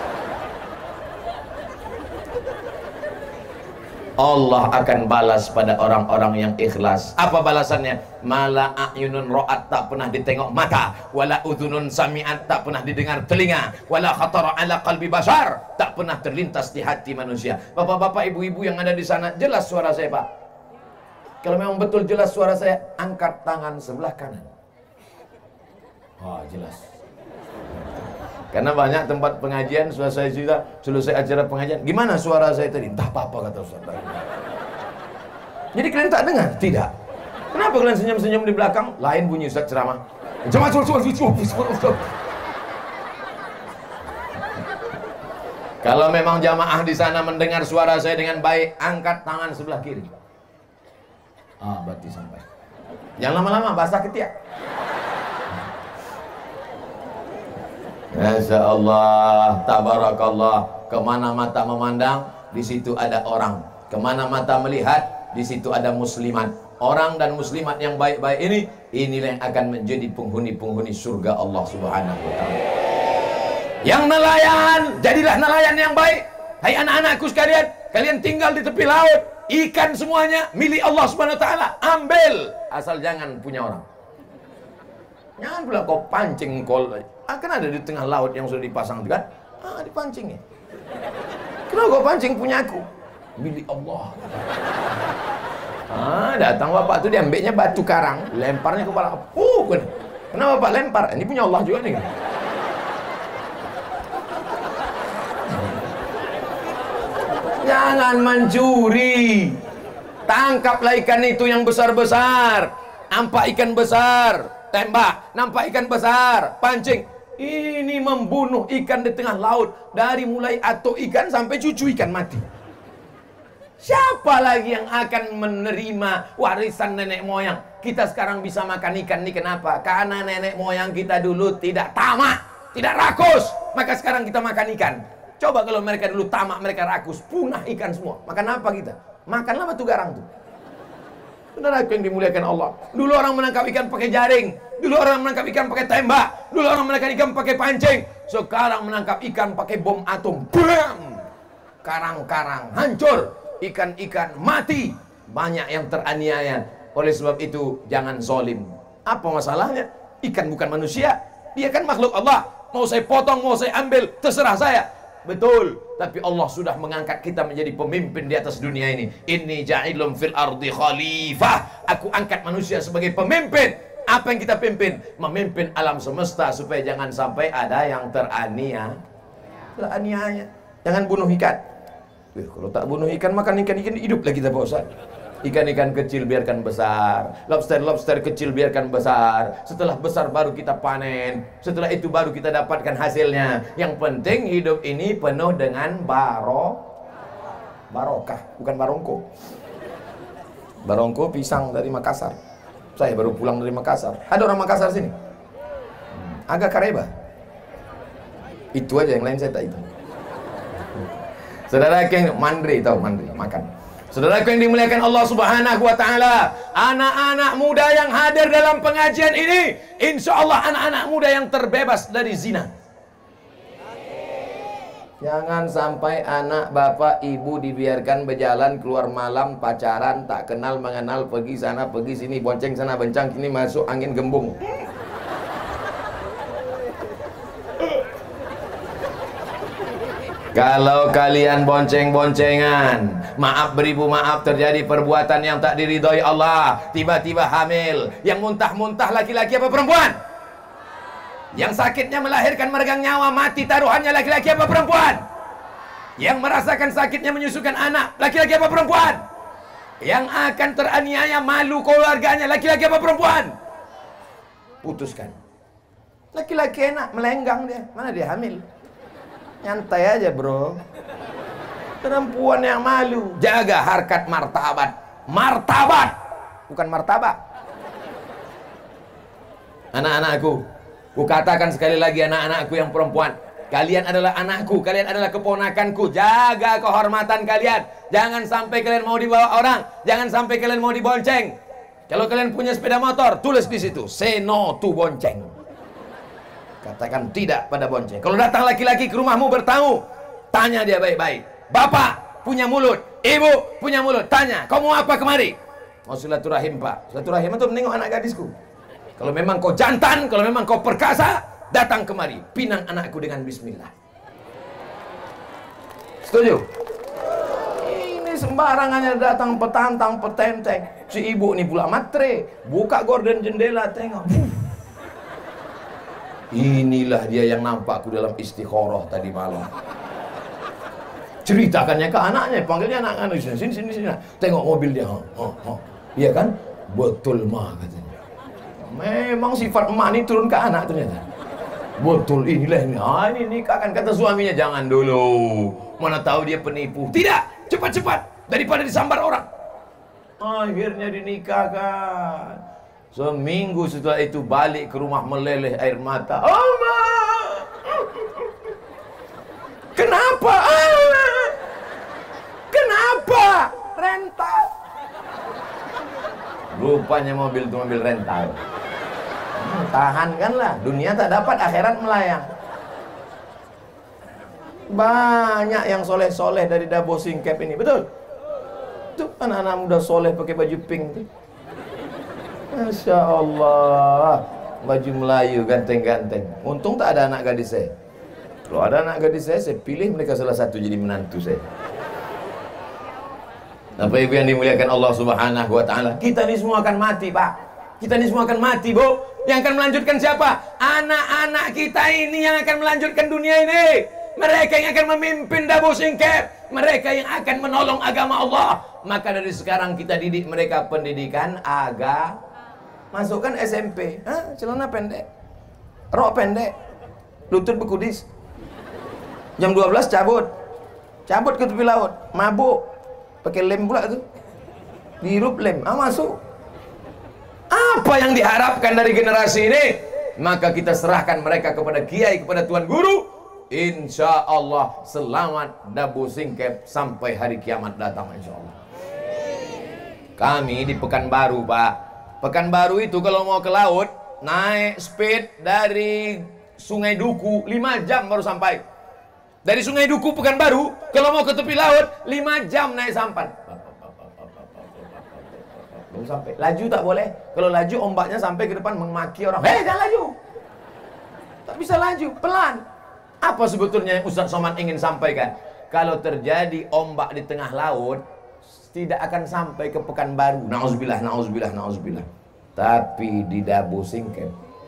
Allah akan balas pada orang-orang yang ikhlas. Apa balasannya? Mala a'yunun ra'at, tak pernah ditengok mata, wala udhunun sami'at, tak pernah didengar telinga, wala khatara ala qalbi bashar, tak pernah terlintas di hati manusia. Bapak-bapak, ibu-ibu yang ada di sana, jelas suara saya, Pak? Kalau memang betul jelas suara saya, angkat tangan sebelah kanan. Oh, jelas. Karena banyak tempat pengajian, suara saya juga selesai acara pengajian, gimana suara saya tadi? Entah apa-apa kata Ustaz. Jadi kalian tak dengar? Tidak. Kenapa kalian senyum-senyum di belakang? Lain bunyi Ustaz ceramah. Kalau memang jamaah di sana mendengar suara saya dengan baik, angkat tangan sebelah kiri. Ah, berarti sampai. Jangan lama-lama, basah ketiak. Masya Allah, tabarakallah. Kemana mata memandang, di situ ada orang. Kemana mata melihat, di situ ada muslimat. Orang dan muslimat yang baik-baik ini, inilah yang akan menjadi penghuni-penghuni surga Allah Subhanahu wa Ta'ala. Yang nelayan, jadilah nelayan yang baik. Hai anak-anakku sekalian, kalian tinggal di tepi laut, ikan semuanya milik Allah Subhanahu wa Ta'ala. Ambil, asal jangan punya orang. Jangan pula kau pancing kol. Akan ada di tengah laut yang sudah dipasang kan? Ah, dipancing ya. Kenapa kau pancing punya aku? Milik Allah. Ah, datang bapak tuh diambilnya batu karang, lemparnya ke kepala. Uh, kenapa bapak lempar? Ini punya Allah juga nih. Jangan mencuri. Tangkaplah ikan itu yang besar-besar. Nampak ikan besar, tembak. Nampak ikan besar, pancing. Ini membunuh ikan di tengah laut. Dari mulai atuk ikan sampai cucu ikan mati. Siapa lagi yang akan menerima warisan nenek moyang? Kita sekarang bisa makan ikan ini kenapa? Karena nenek moyang kita dulu tidak tamak, tidak rakus. Maka sekarang kita makan ikan. Coba kalau mereka dulu tamak, mereka rakus, punah ikan semua. Makan apa kita? Makanlah batu garang tuh. Benar aku yang dimuliakan Allah. Dulu orang menangkap ikan pakai jaring. Dulu orang menangkap ikan pakai tembak. Dulu orang menangkap ikan pakai pancing. Sekarang menangkap ikan pakai bom atom. Bam! Karang-karang hancur. Ikan-ikan mati. Banyak yang teraniaya. Oleh sebab itu jangan zolim. Apa masalahnya? Ikan bukan manusia. Dia kan makhluk Allah. Mau saya potong, mau saya ambil, terserah saya. Betul, tapi Allah sudah mengangkat kita menjadi pemimpin di atas dunia ini. Inni ja'ilum fil ardi khalifah. Aku angkat manusia sebagai pemimpin. Apa yang kita pimpin? Memimpin alam semesta supaya jangan sampai ada yang teraniaya. Teraniaya. Jangan bunuh ikan. Eh, kalau tak bunuh ikan, makan ikan-ikan hidup lagi kita Pak Ustaz. Ikan-ikan kecil biarkan besar, lobster-lobster kecil biarkan besar. Setelah besar baru kita panen. Setelah itu baru kita dapatkan hasilnya. Yang penting hidup ini penuh dengan baro barokah, bukan barongko. Barongko pisang dari Makassar. Saya baru pulang dari Makassar. Ada orang Makassar sini? Agak kareba. Itu aja, yang lain saya tak itu. Saudara yang mandri, tahu mandri makan. Saudaraku yang dimuliakan Allah Subhanahu wa Ta'ala, anak-anak muda yang hadir dalam pengajian ini, insya Allah anak-anak muda yang terbebas dari zina. Jangan sampai anak bapak ibu dibiarkan berjalan keluar malam pacaran, tak kenal mengenal, pergi sana pergi sini, bonceng sana bencang sini, masuk angin gembung. Kalau kalian bonceng-boncengan, maaf beribu maaf, terjadi perbuatan yang tak diridhoi Allah, tiba-tiba hamil, yang muntah-muntah laki-laki apa perempuan? Yang sakitnya melahirkan meregang nyawa, mati taruhannya laki-laki apa perempuan? Yang merasakan sakitnya menyusukan anak, laki-laki apa perempuan? Yang akan teraniaya malu keluarganya, laki-laki apa perempuan? Putuskan. Laki-laki enak, melenggang dia, mana dia hamil? Nyantai aja bro. Perempuan yang malu. Jaga harkat martabat. Martabat, bukan martabak. Anak-anakku, ku katakan sekali lagi, anak-anakku yang perempuan, Kalian adalah anakku, kalian adalah keponakanku. Jaga kehormatan kalian. Jangan sampai kalian mau dibawa orang, jangan sampai kalian mau dibonceng. Kalau kalian punya sepeda motor, tulis di situ, say no to bonceng. Katakan tidak pada bonceng. Kalau datang laki-laki ke rumahmu bertamu, tanya dia baik-baik. Bapak punya mulut, ibu punya mulut, tanya, kau mau apa kemari? Mau silaturahim, Pak. Silaturahim itu menengok anak gadisku. Kalau memang kau jantan, kalau memang kau perkasa, datang kemari, pinang anakku dengan bismillah. Setuju? Ini sembarangannya datang petantang, petenteng. Si ibu ini pula matre, buka gorden jendela, tengok. Inilah dia yang nampakku dalam istikharah tadi malam. Ceritakannya ke anaknya, panggilnya anak-anak, sini, sini, sini. Tengok mobil dia, oh, oh, oh. Iya kan? Betul mah katanya. Memang sifat emak ini turun ke anak ternyata. Betul, inilah ini. Ah, ini nikahkan, kata suaminya. Jangan dulu, mana tahu dia penipu. Tidak, cepat-cepat daripada disambar orang. Akhirnya dinikahkan. Seminggu setelah itu balik ke rumah meleleh air mata. Oma, kenapa? Ah, kenapa? Rental. Rupanya mobil itu mobil rental. Tahankanlah, dunia tak dapat, akhirat melayang. Banyak yang soleh-soleh dari Dabo Singkep ini, betul? Tuh anak-anak muda soleh pakai baju pink tuh. Masya Allah, baju Melayu ganteng-ganteng. Untung tak ada anak gadis saya. Kalau ada anak gadis saya, saya pilih mereka salah satu jadi menantu saya. Bapak Ibu yang dimuliakan Allah Subhanahu wa taala, kita ini semua akan mati, Pak. Kita ini semua akan mati, Bu. Yang akan melanjutkan siapa? Anak-anak kita ini yang akan melanjutkan dunia ini. Mereka yang akan memimpin Dabo Singkep. Mereka yang akan menolong agama Allah. Maka dari sekarang kita didik mereka pendidikan agama. Masukkan S M P. Hah? Celana pendek, rok pendek, lutut bekudis. Jam dua belas cabut. Cabut ke tepi laut, mabuk. Pakai lem pula tuh. Dihirup lem, ah masuk. Apa yang diharapkan dari generasi ini? Maka kita serahkan mereka kepada kiai, kepada tuan guru. Insya Allah selamat Dabo Singkep sampai hari kiamat datang, insya Allah. Kami di Pekanbaru, Pak. Pekanbaru itu kalau mau ke laut, naik speed dari Sungai Duku lima jam baru sampai. Dari Sungai Duku Pekanbaru, kalau mau ke tepi laut lima jam naik sampan. Belum sampai. Laju tak boleh. Kalau laju ombaknya sampai ke depan memaki orang. Hei, jangan laju. Tak bisa laju, pelan. Apa sebetulnya yang Ustaz Somad ingin sampaikan? Kalau terjadi ombak di tengah laut, tidak akan sampai ke Pekanbaru. Nauzubillah, nauzubillah, nauzubillah. Tapi di Dabo Singkep,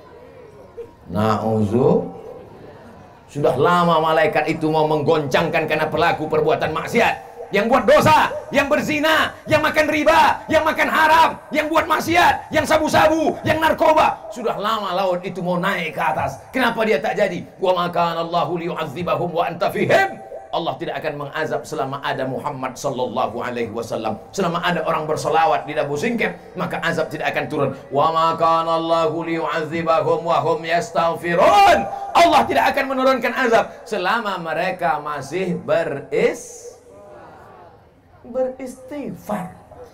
nauzu, sudah lama malaikat itu mau menggoncangkan karena pelaku perbuatan maksiat. Yang buat dosa, yang berzina, yang makan riba, yang makan haram, yang buat maksiat, yang sabu-sabu, yang narkoba. Sudah lama laut itu mau naik ke atas. Kenapa dia tak jadi? Wa ma kana Allahu liyu'adzibahum wa anta fihim. Allah tidak akan mengazab selama ada Muhammad sallallahu alaihi wasallam. Selama ada orang berselawat di Dabo Singkep, maka azab tidak akan turun. Wa ma kana Allahu liyu'adzibahum wa hum yastaghfirun. Allah tidak akan menurunkan azab selama mereka masih beris beristighfar.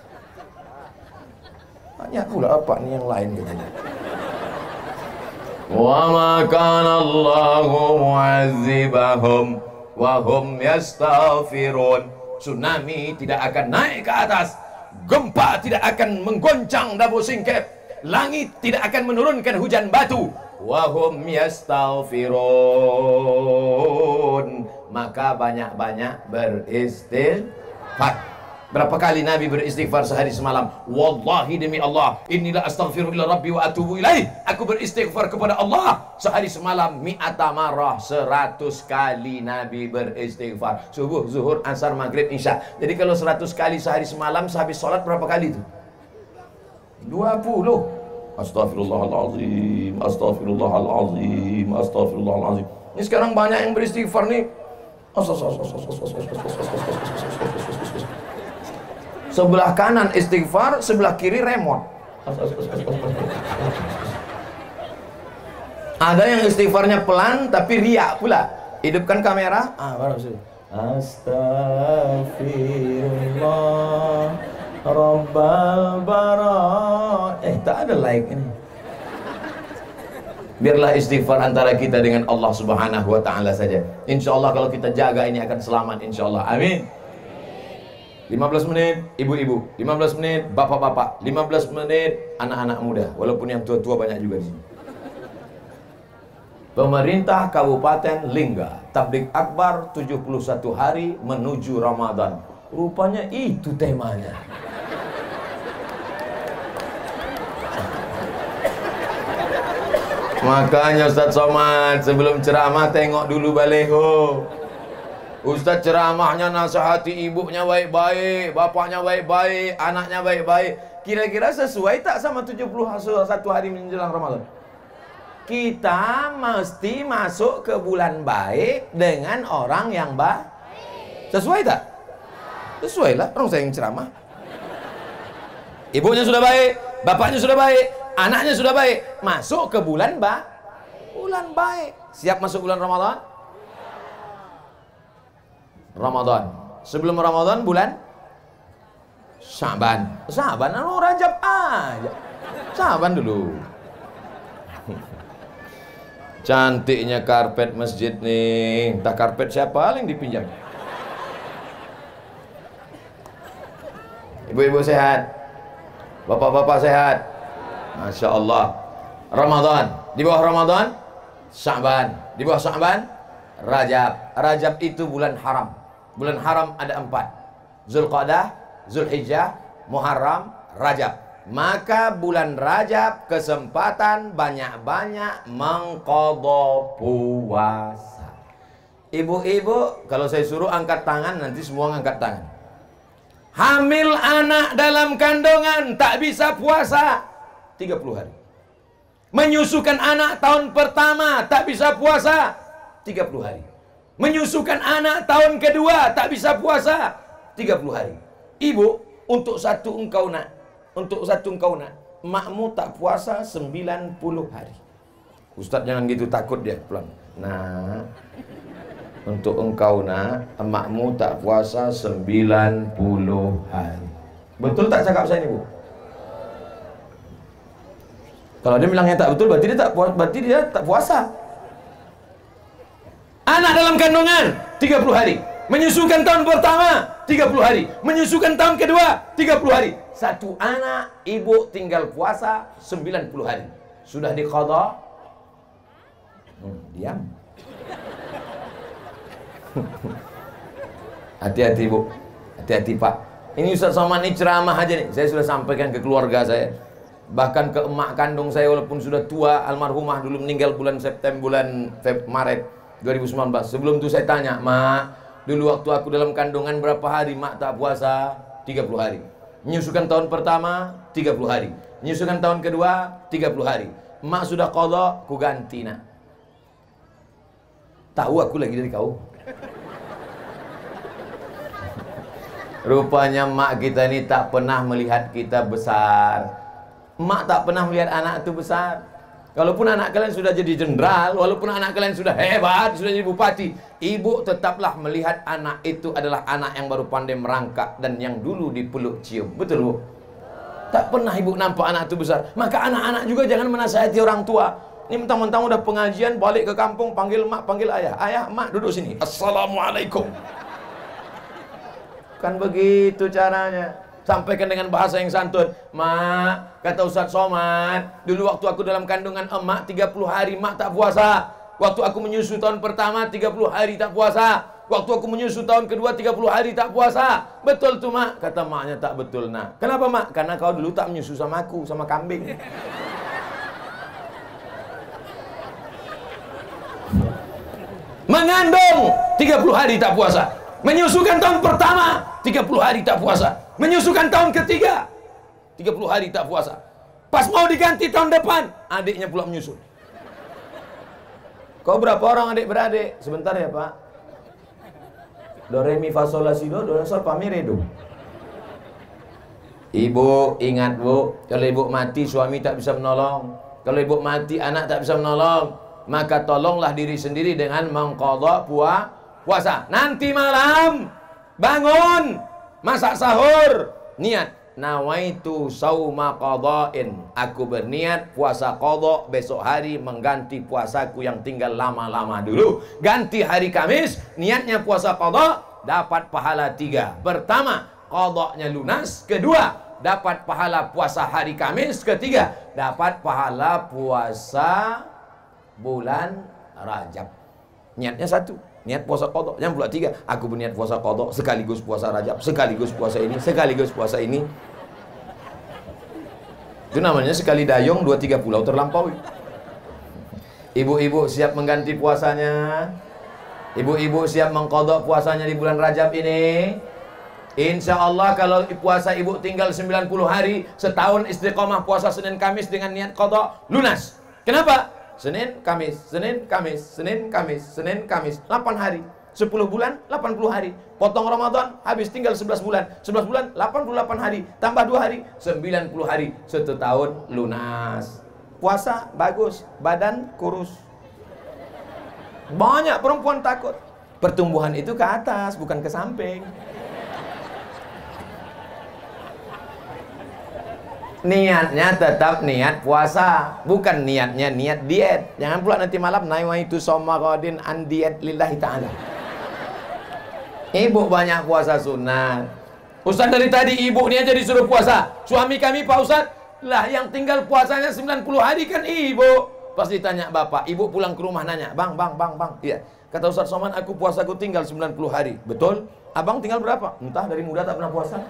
Tanya pula apa nih yang lain katanya. Wa ma kana Allahu mu'adzibahum wa hum yastaghfirun. Tsunami tidak akan naik ke atas, gempa tidak akan menggoncang Dabo Singkep, langit tidak akan menurunkan hujan batu. Wa hum yastaghfirun. Maka banyak-banyak beristighfar. Berapa kali Nabi beristighfar sehari semalam? Wallahi demi Allah, inilah astaghfiru ila rabbi wa atubu ilaih. Aku beristighfar kepada Allah sehari semalam mi'ata marrah, seratus kali Nabi beristighfar. Subuh, zuhur, asar, maghrib, isya. Jadi kalau seratus kali sehari semalam, sehabis sholat berapa kali itu? dua puluh. Astaghfirullahaladzim, astaghfirullahaladzim, astaghfirullahaladzim. Ini sekarang banyak yang beristighfar nih. Sebelah kanan istighfar, sebelah kiri remote. Ada yang istighfarnya pelan tapi riak pula. Hidupkan kamera. Ah, baru sih. Astaghfirullah Rabbal bara. Eh, tak ada like ini. Biarlah istighfar antara kita dengan Allah Subhanahu wa taala saja. Insya Allah kalau kita jaga ini akan selamat, insya Allah. Amin. lima belas menit ibu-ibu, lima belas menit bapak-bapak, lima belas menit anak-anak muda. Walaupun yang tua-tua banyak juga di sini. Pemerintah Kabupaten Lingga, tabligh akbar tujuh puluh satu hari menuju Ramadan. Rupanya itu temanya. Makanya Ustaz Somad sebelum ceramah tengok dulu baleho. Ustaz ceramahnya nasihati ibunya baik-baik, bapaknya baik-baik, anaknya baik-baik. Kira-kira sesuai tak sama tujuh puluh satu hari menjelang Ramadan? Kita mesti masuk ke bulan baik dengan orang yang baik. Sesuai tak? Sesuai lah, orang saya yang ceramah. Ibunya sudah baik, bapaknya sudah baik, anaknya sudah baik, masuk ke bulan ba bulan baik. Siap masuk bulan Ramadan? Ramadan. Sebelum Ramadan bulan Syaban. Syaban anu Rajab aja. Syaban dulu. Cantiknya karpet masjid nih. Entah karpet siapa yang dipinjam. Ibu-ibu sehat? Bapak-bapak sehat? Masya Allah. Ramadan. Di bawah Ramadan Syaban. Di bawah Syaban Rajab. Rajab itu bulan haram. Bulan haram ada empat: Zulqa'dah, Zulhijjah, Muharram, Rajab. Maka bulan Rajab kesempatan banyak-banyak mengqadha puasa. Ibu-ibu, kalau saya suruh angkat tangan, nanti semua angkat tangan. Hamil anak dalam kandungan tak bisa puasa tiga puluh hari. Menyusukan anak tahun pertama tak bisa puasa tiga puluh hari. Menyusukan anak tahun kedua tak bisa puasa tiga puluh hari. Ibu, untuk satu engkau nak, untuk satu engkau nak, makmu tak puasa sembilan puluh hari. Ustaz jangan gitu, takut dia pelan. Nah, untuk engkau nak, emakmu tak puasa sembilan puluh hari. Betul tak cakap saya ini, Bu? Kalau dia bilangnya tak betul, berarti dia tak puasa, berarti dia tak puasa. Anak dalam kandungan tiga puluh hari. Menyusukan tahun pertama tiga puluh hari. Menyusukan tahun kedua tiga puluh hari. Satu anak ibu tinggal puasa sembilan puluh hari. Sudah diqadha? Hmm, diam. Hati-hati, Bu. Hati-hati, Pak. Ini Ustaz Somad ini ceramah aja nih. Saya sudah sampaikan ke keluarga saya. Bahkan ke emak kandung saya walaupun sudah tua, almarhumah dulu meninggal bulan September, bulan Feb, Maret dua ribu sembilan belas. Sebelum itu saya tanya, "Mak, dulu waktu aku dalam kandungan berapa hari mak tak puasa?" tiga puluh hari. Menyusukan tahun pertama tiga puluh hari. Menyusukan tahun kedua tiga puluh hari. Mak sudah qadha, ku ganti nak. Tahu aku lagi dari kau. Rupanya mak kita ini tak pernah melihat kita besar. Mak tak pernah melihat anak itu besar. Walaupun anak kalian sudah jadi jenderal, walaupun anak kalian sudah hebat, sudah jadi bupati, ibu tetaplah melihat anak itu adalah anak yang baru pandai merangkak dan yang dulu dipeluk cium. Betul, Bu? Tak pernah ibu nampak anak itu besar. Maka anak-anak juga jangan menasihati orang tua. Ini mentang-mentang udah pengajian, balik ke kampung, panggil mak, panggil ayah. Ayah, mak, duduk sini. Assalamualaikum. Kan begitu caranya. Sampaikan dengan bahasa yang santun. Mak, kata Ustaz Somad, dulu waktu aku dalam kandungan emak tiga puluh hari mak tak puasa. Waktu aku menyusu tahun pertama tiga puluh hari tak puasa. Waktu aku menyusu tahun kedua tiga puluh hari tak puasa. Betul tuh, Mak. Kata maknya tak betul, nak. Kenapa, Mak? Karena kau dulu tak menyusu sama aku, sama kambing. Mengandung tiga puluh hari tak puasa. Menyusukan tahun pertama tiga puluh hari tak puasa. Menyusukan tahun ketiga tiga puluh hari tak puasa. Pas mau diganti tahun depan, adiknya pula menyusul. Kau berapa orang adik-beradik? Sebentar ya, Pak. Do re mi fa sol la si do, do re sol fa mi re do. Ibu ingat, Bu, kalau ibu mati suami tak bisa menolong. Kalau ibu mati anak tak bisa menolong. maka tolonglah diri sendiri dengan mengqadha puasa. Nanti malam bangun, masak sahur, niat nawaitu sauma qadhain, aku berniat puasa qadha besok hari mengganti puasaku yang tinggal lama-lama dulu. Ganti hari Kamis, niatnya puasa qadha, dapat pahala tiga. Pertama, qadhanya lunas. Kedua, dapat pahala puasa hari Kamis. Ketiga, dapat pahala puasa bulan Rajab. Niatnya satu, niat puasa qadha. Yang pula tiga, aku berniat puasa qadha sekaligus puasa Rajab, sekaligus puasa ini, sekaligus puasa ini. Itu namanya sekali dayung dua tiga pulau terlampaui. Ibu-ibu siap mengganti puasanya? Ibu-ibu siap mengqadha puasanya di bulan Rajab ini? Insya Allah kalau puasa ibu tinggal sembilan puluh hari, setahun istiqomah puasa Senin Kamis dengan niat qadha, lunas. Kenapa? Senin Kamis, Senin Kamis, Senin Kamis, Senin Kamis, delapan hari. sepuluh bulan, delapan puluh hari. Potong Ramadan, habis tinggal sebelas bulan. sebelas bulan, delapan puluh delapan hari. Tambah dua hari, sembilan puluh hari. Satu tahun lunas. Puasa bagus, badan kurus. Banyak perempuan takut. Pertumbuhan itu ke atas, bukan ke samping. Niatnya tetap niat puasa, bukan niatnya niat diet. Jangan pula nanti malam nawaitu shauma ghadin an diet lillahi ta'ala. Ibu banyak puasa sunat. Ustaz dari tadi ibu ni aja disuruh puasa. Suami kami Pak Ustaz, lah yang tinggal puasanya sembilan puluh hari kan ibu. Pas ditanya bapak, ibu pulang ke rumah nanya, "Bang, bang, bang, bang." Iya. Kata Ustaz Somad, "Aku puasaku tinggal sembilan puluh hari." "Betul? Abang tinggal berapa?" "Entah, dari muda tak pernah puasa."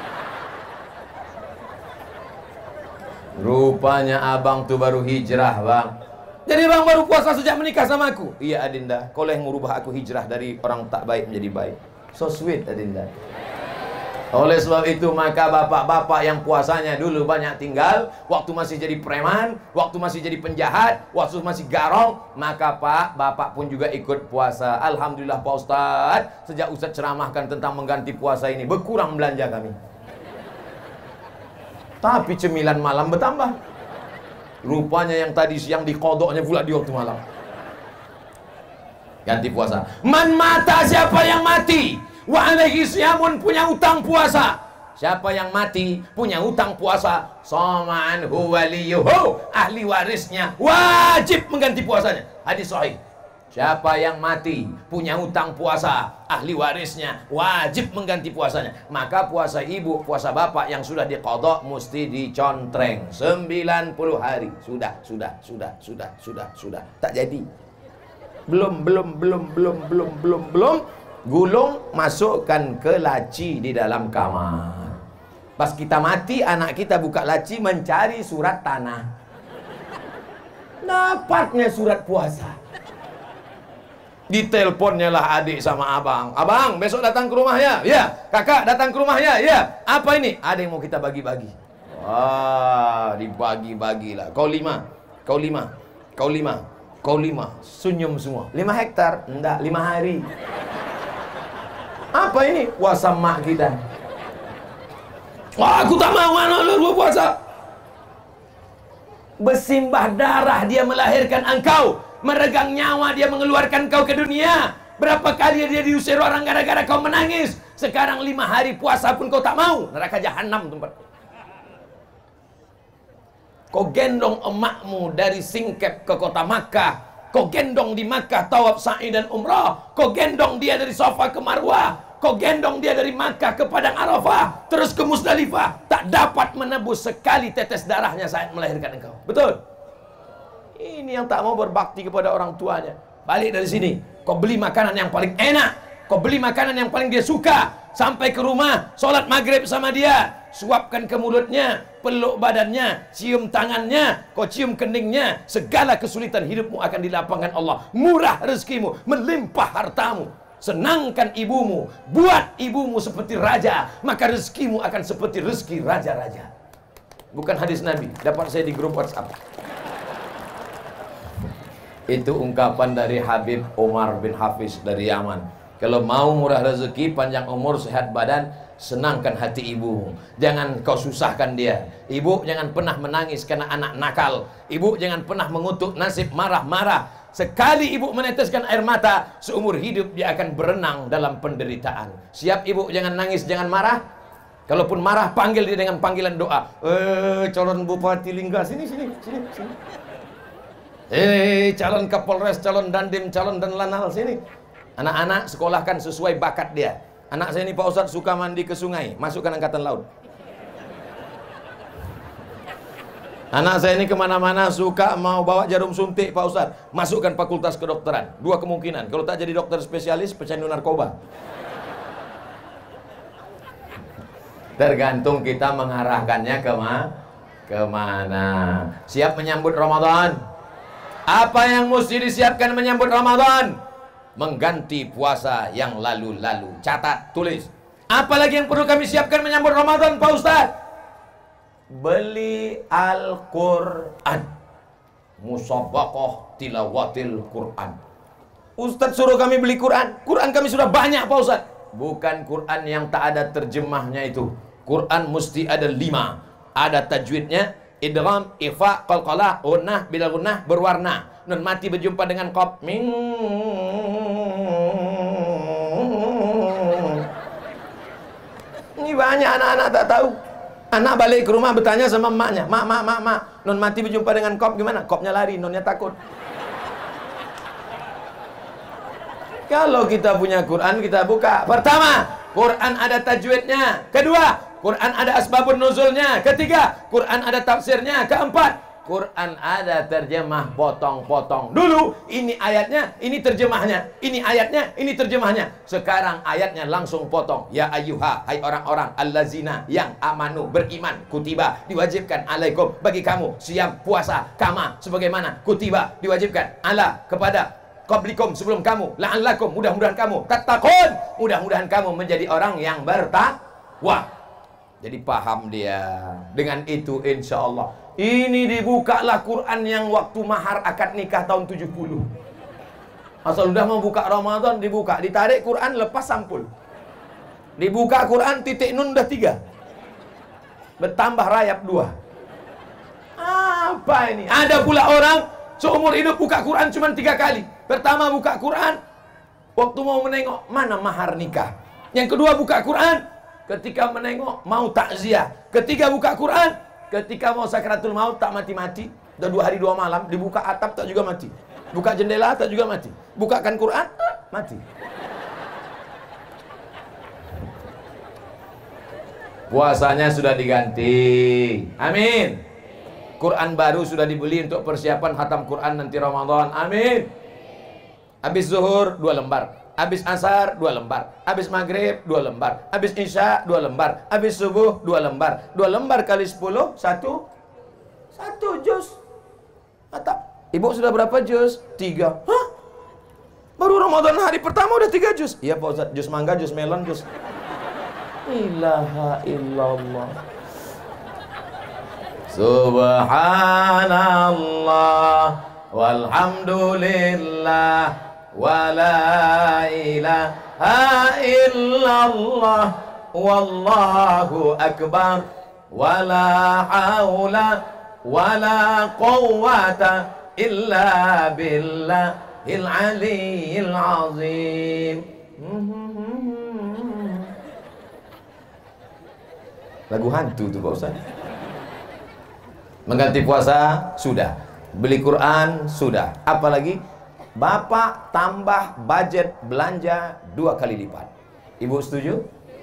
Rupanya abang tuh baru hijrah, Bang. Jadi bang baru puasa sejak menikah sama aku? "Iya Adinda, kau yang merubah aku hijrah dari orang tak baik menjadi baik." So sweet Adinda. Oleh sebab itu maka bapak-bapak yang puasanya dulu banyak tinggal, waktu masih jadi preman, waktu masih jadi penjahat, waktu masih garong, maka pak, bapak pun juga ikut puasa. Alhamdulillah Pak Ustadz, sejak Ustadz ceramahkan tentang mengganti puasa ini, berkurang belanja kami. Tapi cemilan malam bertambah. Rupanya yang tadi siang dikodoknya pula di waktu malam. Ganti puasa. Man mata, siapa yang mati, wa alaihi siyamun, punya utang puasa. Siapa yang mati punya utang puasa, shaman huwa liyuhu, ahli warisnya wajib mengganti puasanya. Hadis sahih. Siapa yang mati punya utang puasa, ahli warisnya wajib mengganti puasanya. Maka puasa ibu, puasa bapak yang sudah diqadha mesti dicontreng sembilan puluh hari. Sudah, sudah, sudah, sudah, sudah, sudah. Tak jadi. Belum, belum, belum, belum, belum, belum, belum. Gulung, masukkan ke laci di dalam kamar. Pas kita mati, anak kita buka laci mencari surat tanah. Dapatnya surat puasa. Diteleponnya lah adik sama abang. "Abang, besok datang ke rumah ya?" "Ya." "Kakak datang ke rumah ya?" "Ya." "Apa ini?" "Ada yang mau kita bagi-bagi." Wah, dibagi-bagilah. Kau lima, kau lima, kau lima, kau lima. Senyum semua. Lima hektar? Enggak, lima hari. Apa ini? Puasa mak kita. "Wah, aku tak mau anak lu puasa." Bersimbah darah dia melahirkan engkau, meregang nyawa dia mengeluarkan kau ke dunia. Berapa kali dia diusir orang gara-gara kau menangis. Sekarang lima hari puasa pun kau tak mau. Neraka jahanam tempat. Kau gendong emakmu dari Singkep ke kota Makkah. Kau gendong di Makkah tawaf sa'i dan umrah. Kau gendong dia dari Safa ke Marwah. Kau gendong dia dari Makkah ke Padang Arafah, terus ke Musdalifah. Tak dapat menebus sekali tetes darahnya saat melahirkan engkau. Betul? Ini yang tak mau berbakti kepada orang tuanya. Balik dari sini, kau beli makanan yang paling enak, kau beli makanan yang paling dia suka. Sampai ke rumah, sholat maghrib sama dia, suapkan ke mulutnya, peluk badannya, cium tangannya, kau cium keningnya. Segala kesulitan hidupmu akan dilapangkan Allah. Murah rezekimu, melimpah hartamu. Senangkan ibumu, buat ibumu seperti raja, maka rezekimu akan seperti rezeki raja-raja. Bukan hadis Nabi, dapat saya di grup WhatsApp. Itu ungkapan dari Habib Umar bin Hafiz dari Yaman. Kalau mau murah rezeki, panjang umur, sehat badan, senangkan hati ibumu. Jangan kau susahkan dia. Ibu jangan pernah menangis karena anak nakal. Ibu jangan pernah mengutuk nasib marah-marah. Sekali ibu meneteskan air mata, seumur hidup dia akan berenang dalam penderitaan. Siap ibu, jangan nangis, jangan marah. Kalaupun marah, panggil dia dengan panggilan doa. Eh, calon Bupati Lingga, sini, sini, sini, sini. Eh, calon Kapolres, calon Dandim, calon dan Lanal, sini. Anak-anak sekolahkan sesuai bakat dia. Anak saya ini Pak Ustadz suka mandi ke sungai, masukkan Angkatan Laut. Anak saya ini kemana-mana suka mau bawa jarum suntik Pak Ustadz, masukkan fakultas kedokteran. Dua kemungkinan, kalau tak jadi dokter spesialis, pecandu narkoba. Tergantung kita mengarahkannya kema kemana. Siap menyambut Ramadan? Apa yang mesti disiapkan menyambut Ramadan? Mengganti puasa yang lalu-lalu. Catat, tulis. Apalagi yang perlu kami siapkan menyambut Ramadan Pak Ustadz? Beli Al-Quran, musabaqah tilawatil Quran. Ustadz suruh kami beli Quran. Quran kami sudah banyak Pak Ustadz. Bukan Quran yang tak ada terjemahnya itu. Quran mesti ada lima. Ada tajwidnya, idgham, ifa, qalqalah, gunnah, bila gunnah, berwarna. Nun mati berjumpa dengan qaf. Min. Ini banyak anak-anak tak tahu. Anak balik ke rumah bertanya sama emaknya, mak, mak, mak, mak, non mati berjumpa dengan kop gimana? Kopnya lari, nonnya takut. Kalau kita punya Quran, kita buka. Pertama, Quran ada tajwidnya. Kedua, Quran ada asbabun nuzulnya. Ketiga, Quran ada tafsirnya. Keempat, Quran ada terjemah potong-potong. Dulu ini ayatnya, ini terjemahnya. Ini ayatnya, ini terjemahnya. Sekarang ayatnya langsung potong. Ya ayyuha, hai orang-orang allazina yang amanu, beriman, kutiba, diwajibkan alaikum, bagi kamu siam puasa kama sebagaimana kutiba diwajibkan ala kepada qablikum sebelum kamu, la'allakum, mudah-mudahan kamu tattaqun, mudah-mudahan kamu menjadi orang yang bertakwa. Jadi paham dia. Dengan itu insya Allah ini dibukalah Quran yang waktu mahar akad nikah tahun tujuh puluh. Asal udah mau buka Ramadan dibuka, ditarik Quran lepas sampul. Dibuka Quran titik nun udah tiga. Bertambah rayap dua. Apa ini? Ada pula orang seumur hidup buka Quran cuma tiga kali. Pertama buka Quran waktu mau menengok mana mahar nikah. Yang kedua buka Quran ketika menengok mau takziah. Ketiga buka Quran ketika mau sakratul maut tak mati-mati. Udah dua hari dua malam dibuka atap tak juga mati. Buka jendela tak juga mati. Bukakan Quran mati. Puasanya sudah diganti. Amin. Quran baru sudah dibeli untuk persiapan khatam Quran nanti Ramadan. Amin. Habis zuhur dua lembar. Habis asar dua lembar, habis maghrib dua lembar, habis isya dua lembar, habis subuh dua lembar, dua lembar kali sepuluh satu satu juz. Atap. Ibu sudah berapa juz? Tiga. Hah? Baru Ramadan hari pertama udah tiga juz? Iya Pak Ustadz, juz mangga, juz melon, juz. Ilaha illallah. Subhanallah walhamdulillah wala ilaha illallah wallahu akbar wala haula wala quwwata illa billahil aliyyil azim. Lagu hantu tuh Pak Ustaz. Mengganti puasa sudah, beli Quran sudah, apalagi Bapak tambah budget belanja dua kali lipat. Ibu setuju?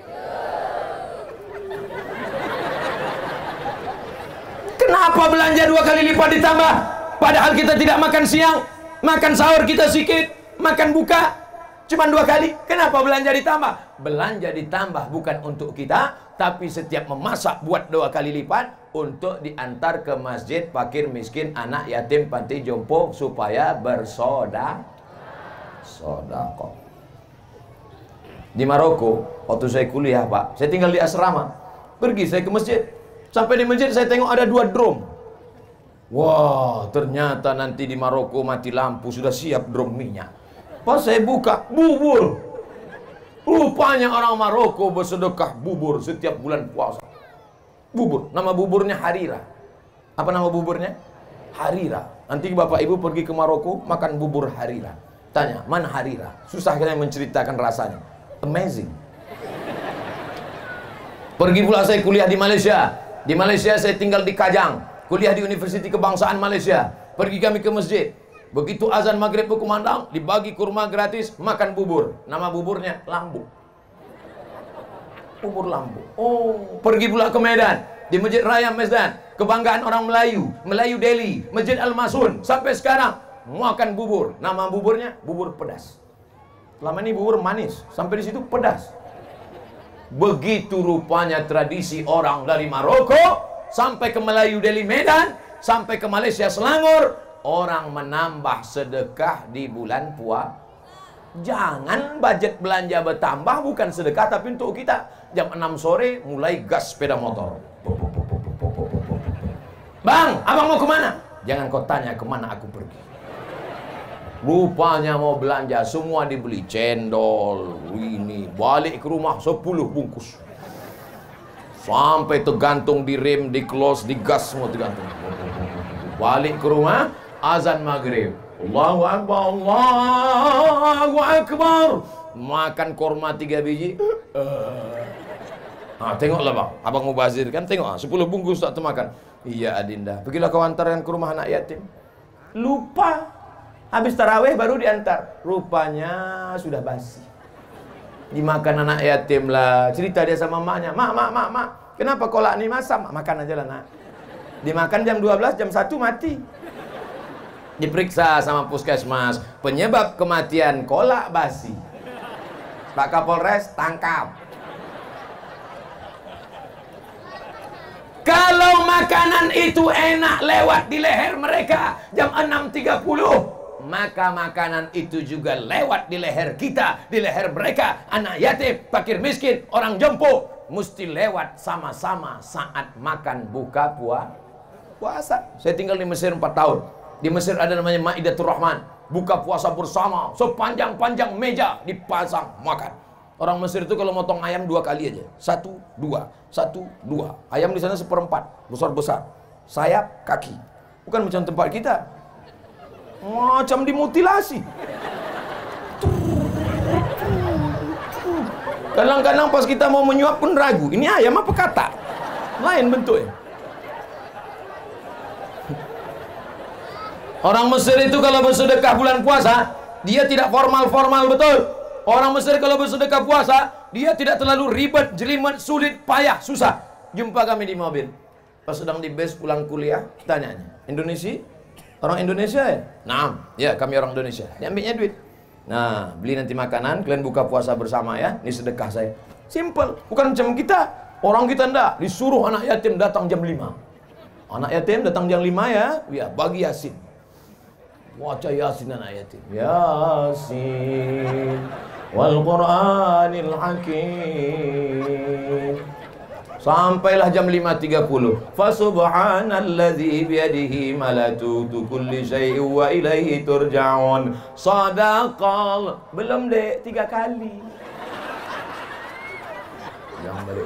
Kenapa belanja dua kali lipat ditambah? Padahal kita tidak makan siang, makan sahur kita sedikit, makan buka cuma dua kali. Kenapa belanja ditambah? Belanja ditambah bukan untuk kita, tapi setiap memasak buat dua kali lipat untuk diantar ke masjid fakir miskin, anak yatim, panti jompo supaya bersodak sodako. Di Maroko waktu saya kuliah Pak, saya tinggal di asrama. Pergi saya ke masjid, sampai di masjid saya tengok ada dua drum. Wah, ternyata nanti di Maroko mati lampu sudah siap drum minyak. Pas saya buka, bubur. Rupanya orang Maroko bersedekah bubur setiap bulan puasa. Bubur, nama buburnya Harira. Apa nama buburnya? Harira. Nanti bapak ibu pergi ke Maroko makan bubur harira. Tanya, mana harira? Susah kita menceritakan rasanya. Amazing. Pergi pula saya kuliah di Malaysia. Di Malaysia saya tinggal di Kajang. Kuliah di Universiti Kebangsaan Malaysia. Pergi kami ke masjid. Begitu azan maghrib berkumandang, dibagi kurma gratis, makan bubur. Nama buburnya lambu. Bubur lambu. Oh, pergi pula ke Medan. Di Masjid Raya Medan, kebanggaan orang Melayu, Melayu Delhi, Masjid Al-Masun. Sampai sekarang makan bubur. Nama buburnya bubur pedas. Selama ini bubur manis, sampai di situ pedas. Begitu rupanya tradisi orang dari Maroko sampai ke Melayu Delhi Medan, sampai ke Malaysia Selangor, orang menambah sedekah di bulan puasa. Jangan budget belanja bertambah, bukan sedekah tapi untuk kita. Jam enam sore mulai gas sepeda motor. Bang, abang mau kemana? Jangan kau tanya kemana aku pergi. Rupanya mau belanja, semua dibeli. Cendol, ini, balik ke rumah sepuluh bungkus. Sampai tergantung di rem, di close, di gas, semua tergantung. Balik ke rumah, azan maghrib. Allahu Akbar, Allahu Akbar. Makan korma tiga biji. Uh. Ah, tengoklah bang, abang mubazir kan, tengok ah, sepuluh bungkus tak termakan. Iya Adinda, pergilah kau antarkan ke rumah anak yatim. Lupa, habis tarawih baru diantar. Rupanya sudah basi. Dimakan anak yatim lah. Cerita dia sama maknya, mak, mak, mak, mak, kenapa kolak ni masak? Mak, makan aja lah nak. Dimakan jam dua belas, jam satu mati. Diperiksa sama puskesmas, penyebab kematian kolak basi. Pak Kapolres tangkap. Kalau makanan itu enak lewat di leher mereka jam enam tiga puluh, maka makanan itu juga lewat di leher kita, di leher mereka. Anak yatim, fakir miskin, orang jompo, mesti lewat sama-sama saat makan buka puasa. Saya tinggal di Mesir empat tahun. Di Mesir ada namanya Maidatur Rahman, buka puasa bersama, sepanjang-panjang meja dipasang makan. Orang Mesir itu kalau motong ayam dua kali aja. Satu, dua. Satu, dua. Ayam di sana seperempat. Besar-besar. Sayap, kaki. Bukan macam tempat kita. Macam dimutilasi. Kadang-kadang pas kita mau menyuap pun ragu. Ini ayam apa kata? Lain bentuknya. Orang Mesir itu kalau bersedekah bulan puasa, dia tidak formal-formal betul. Orang Mesir kalau bersedekah puasa, dia tidak terlalu ribet, jelimet, sulit, payah, susah. Jumpa kami di mobil. Pas sedang di base pulang kuliah, tanyanya, Indonesia? Orang Indonesia ya? Nah, ya kami orang Indonesia. Dia ambilnya duit. Nah, beli nanti makanan, kalian buka puasa bersama ya. Ini sedekah saya. Simple, bukan macam kita. Orang kita enggak, disuruh anak yatim datang jam lima. Anak yatim datang jam lima ya, ya bagi Yasin. Baca Yasin anak yatim. Yasin wal Qur'anil Hakim. Sampailah jam lima tiga puluh. Fa subhanalladzi biyadihi malakutu kulli syai'in wa ilaihi turja'un. Sadaqal. Belum dek, tiga kali. Yang balik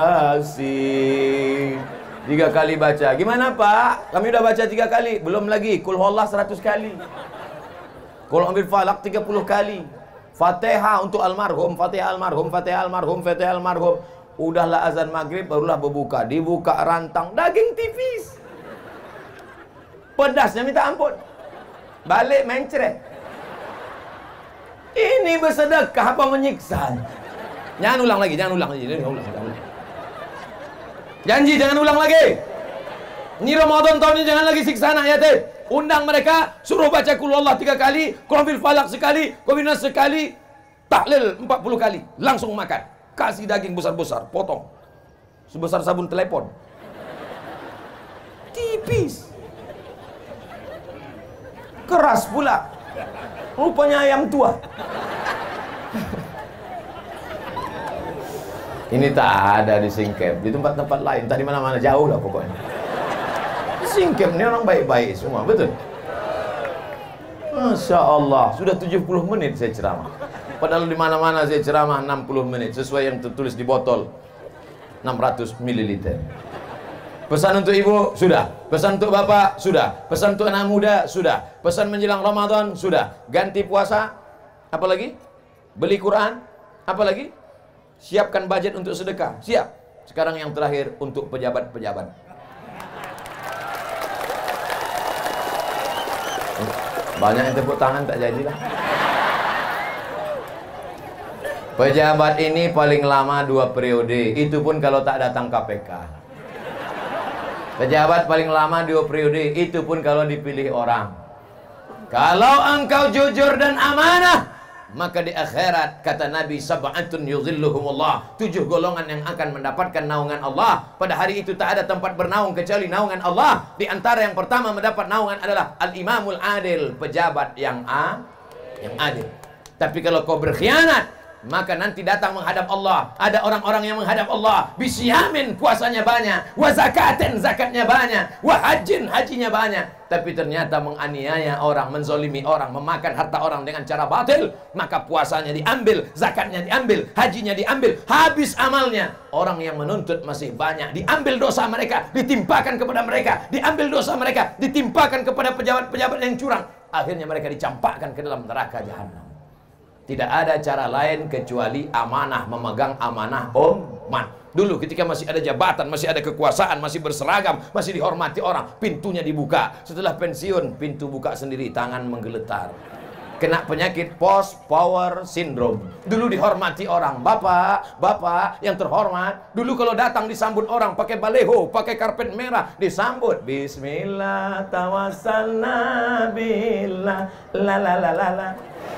Yasin. Tiga kali baca. Gimana Pak? Kami udah baca tiga kali. Belum lagi. Kul huwallah seratus kali. Kul ambil falak tiga puluh kali. Fatihah untuk almarhum, Fatihah almarhum, Fatihah almarhum, Fatihah almarhum. Udahlah azan maghrib, barulah berbuka. Dibuka rantang daging tipis. Pedasnya minta ampun. Balik mencret. Ini bersedekah apa menyiksa? Jangan ulang lagi, jangan ulang lagi. Jangan ulang, jangan ulang. Janji jangan ulang lagi. Ini Ramadan tahun ini jangan lagi siksa anak yatim. Undang mereka, suruh baca Qul huwallah tiga kali, Qul huwal falaq sekali, Qul huwal nas sekali, tahlil empat puluh kali, langsung makan. Kasih daging besar-besar, potong. Sebesar sabun telepon. Tipis. Keras pula. Rupanya ayam tua. Ini tak ada di Singkep, di tempat-tempat lain, tak di mana-mana, jauh lah pokoknya. Di Singkep ini orang baik-baik semua, betul? Masya Allah, sudah tujuh puluh menit saya ceramah. Padahal di mana-mana saya ceramah enam puluh menit, sesuai yang tertulis di botol, enam ratus mililiter. Pesan untuk ibu, sudah. Pesan untuk bapak, sudah. Pesan untuk anak muda, sudah. Pesan menjelang Ramadan, sudah. Ganti puasa, apa lagi? Beli Quran, apa lagi? Siapkan budget untuk sedekah, siap. Sekarang yang terakhir untuk pejabat-pejabat. Banyak yang tepuk tangan, tak jadilah. Pejabat ini paling lama dua periode, itu pun kalau tak datang K P K. Pejabat paling lama dua periode, itu pun kalau dipilih orang. Kalau engkau jujur dan amanah, maka di akhirat kata Nabi, sab'atun yuzilluhumullah, tujuh golongan yang akan mendapatkan naungan Allah. Pada hari itu tak ada tempat bernaung kecuali naungan Allah. Di antara yang pertama mendapat naungan adalah al-imamul adil, pejabat yang a, yang adil. Tapi kalau kau berkhianat, maka nanti datang menghadap Allah. Ada orang-orang yang menghadap Allah bisyamin, puasanya banyak, wa zakatin, zakatnya banyak, wa hajin, hajinya banyak, tapi ternyata menganiaya orang, menzolimi orang, memakan harta orang dengan cara batil. Maka puasanya diambil, zakatnya diambil, hajinya diambil, habis amalnya. Orang yang menuntut masih banyak, diambil dosa mereka, ditimpakan kepada mereka, diambil dosa mereka, ditimpakan kepada pejabat-pejabat yang curang. Akhirnya mereka dicampakkan ke dalam neraka jahanam. Tidak ada cara lain kecuali amanah, memegang amanah umat. Dulu ketika masih ada jabatan, masih ada kekuasaan, masih berseragam, masih dihormati orang, pintunya dibuka. Setelah pensiun, pintu buka sendiri, tangan menggeletar. Kena penyakit post power syndrome. Dulu dihormati orang, bapak, bapak yang terhormat. Dulu kalau datang disambut orang pakai baleho, pakai karpet merah, disambut Bismillah tawassalna billah la la la la la.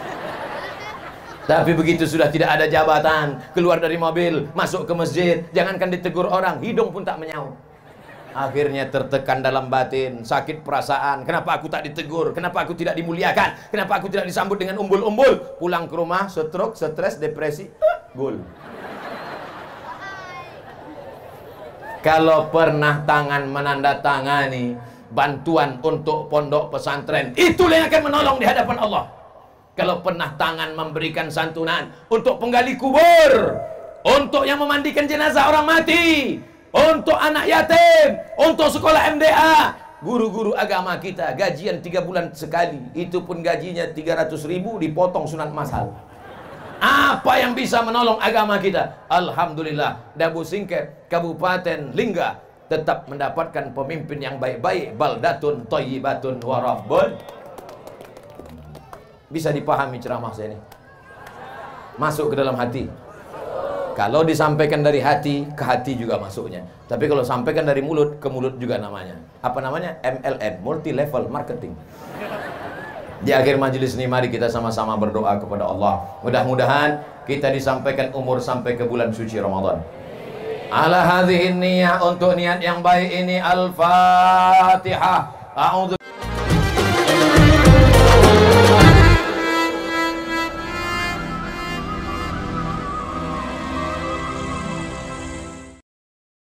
Tapi begitu sudah tidak ada jabatan, keluar dari mobil, masuk ke masjid, jangankan ditegur orang, hidung pun tak menyaut. Akhirnya tertekan dalam batin, sakit perasaan. Kenapa aku tak ditegur? Kenapa aku tidak dimuliakan? Kenapa aku tidak disambut dengan umbul-umbul? Pulang ke rumah, stroke, stres, depresi, gul. Kalau pernah tangan menandatangani bantuan untuk pondok pesantren, itulah yang akan menolong di hadapan Allah. Kalau pernah tangan memberikan santunan untuk penggali kubur, untuk yang memandikan jenazah orang mati, untuk anak yatim, untuk sekolah M D A, guru-guru agama kita gajian tiga bulan sekali, itu pun gajinya tiga ratus ribu dipotong sunat masal. Apa yang bisa menolong agama kita? Alhamdulillah, Dabu Singkep, Kabupaten Lingga tetap mendapatkan pemimpin yang baik-baik. Baldatun thayyibatun wa rabbun. Bisa dipahami ceramah saya ini? Masuk ke dalam hati. Kalau disampaikan dari hati, ke hati juga masuknya. Tapi kalau sampaikan dari mulut, ke mulut juga namanya. Apa namanya? M L M, multi level marketing. Di akhir majelis ini mari kita sama-sama berdoa kepada Allah. Mudah-mudahan kita disampaikan umur sampai ke bulan suci Ramadan. Ala hadhihi niyah, untuk niat yang baik ini. Al-Fatihah. A'udzu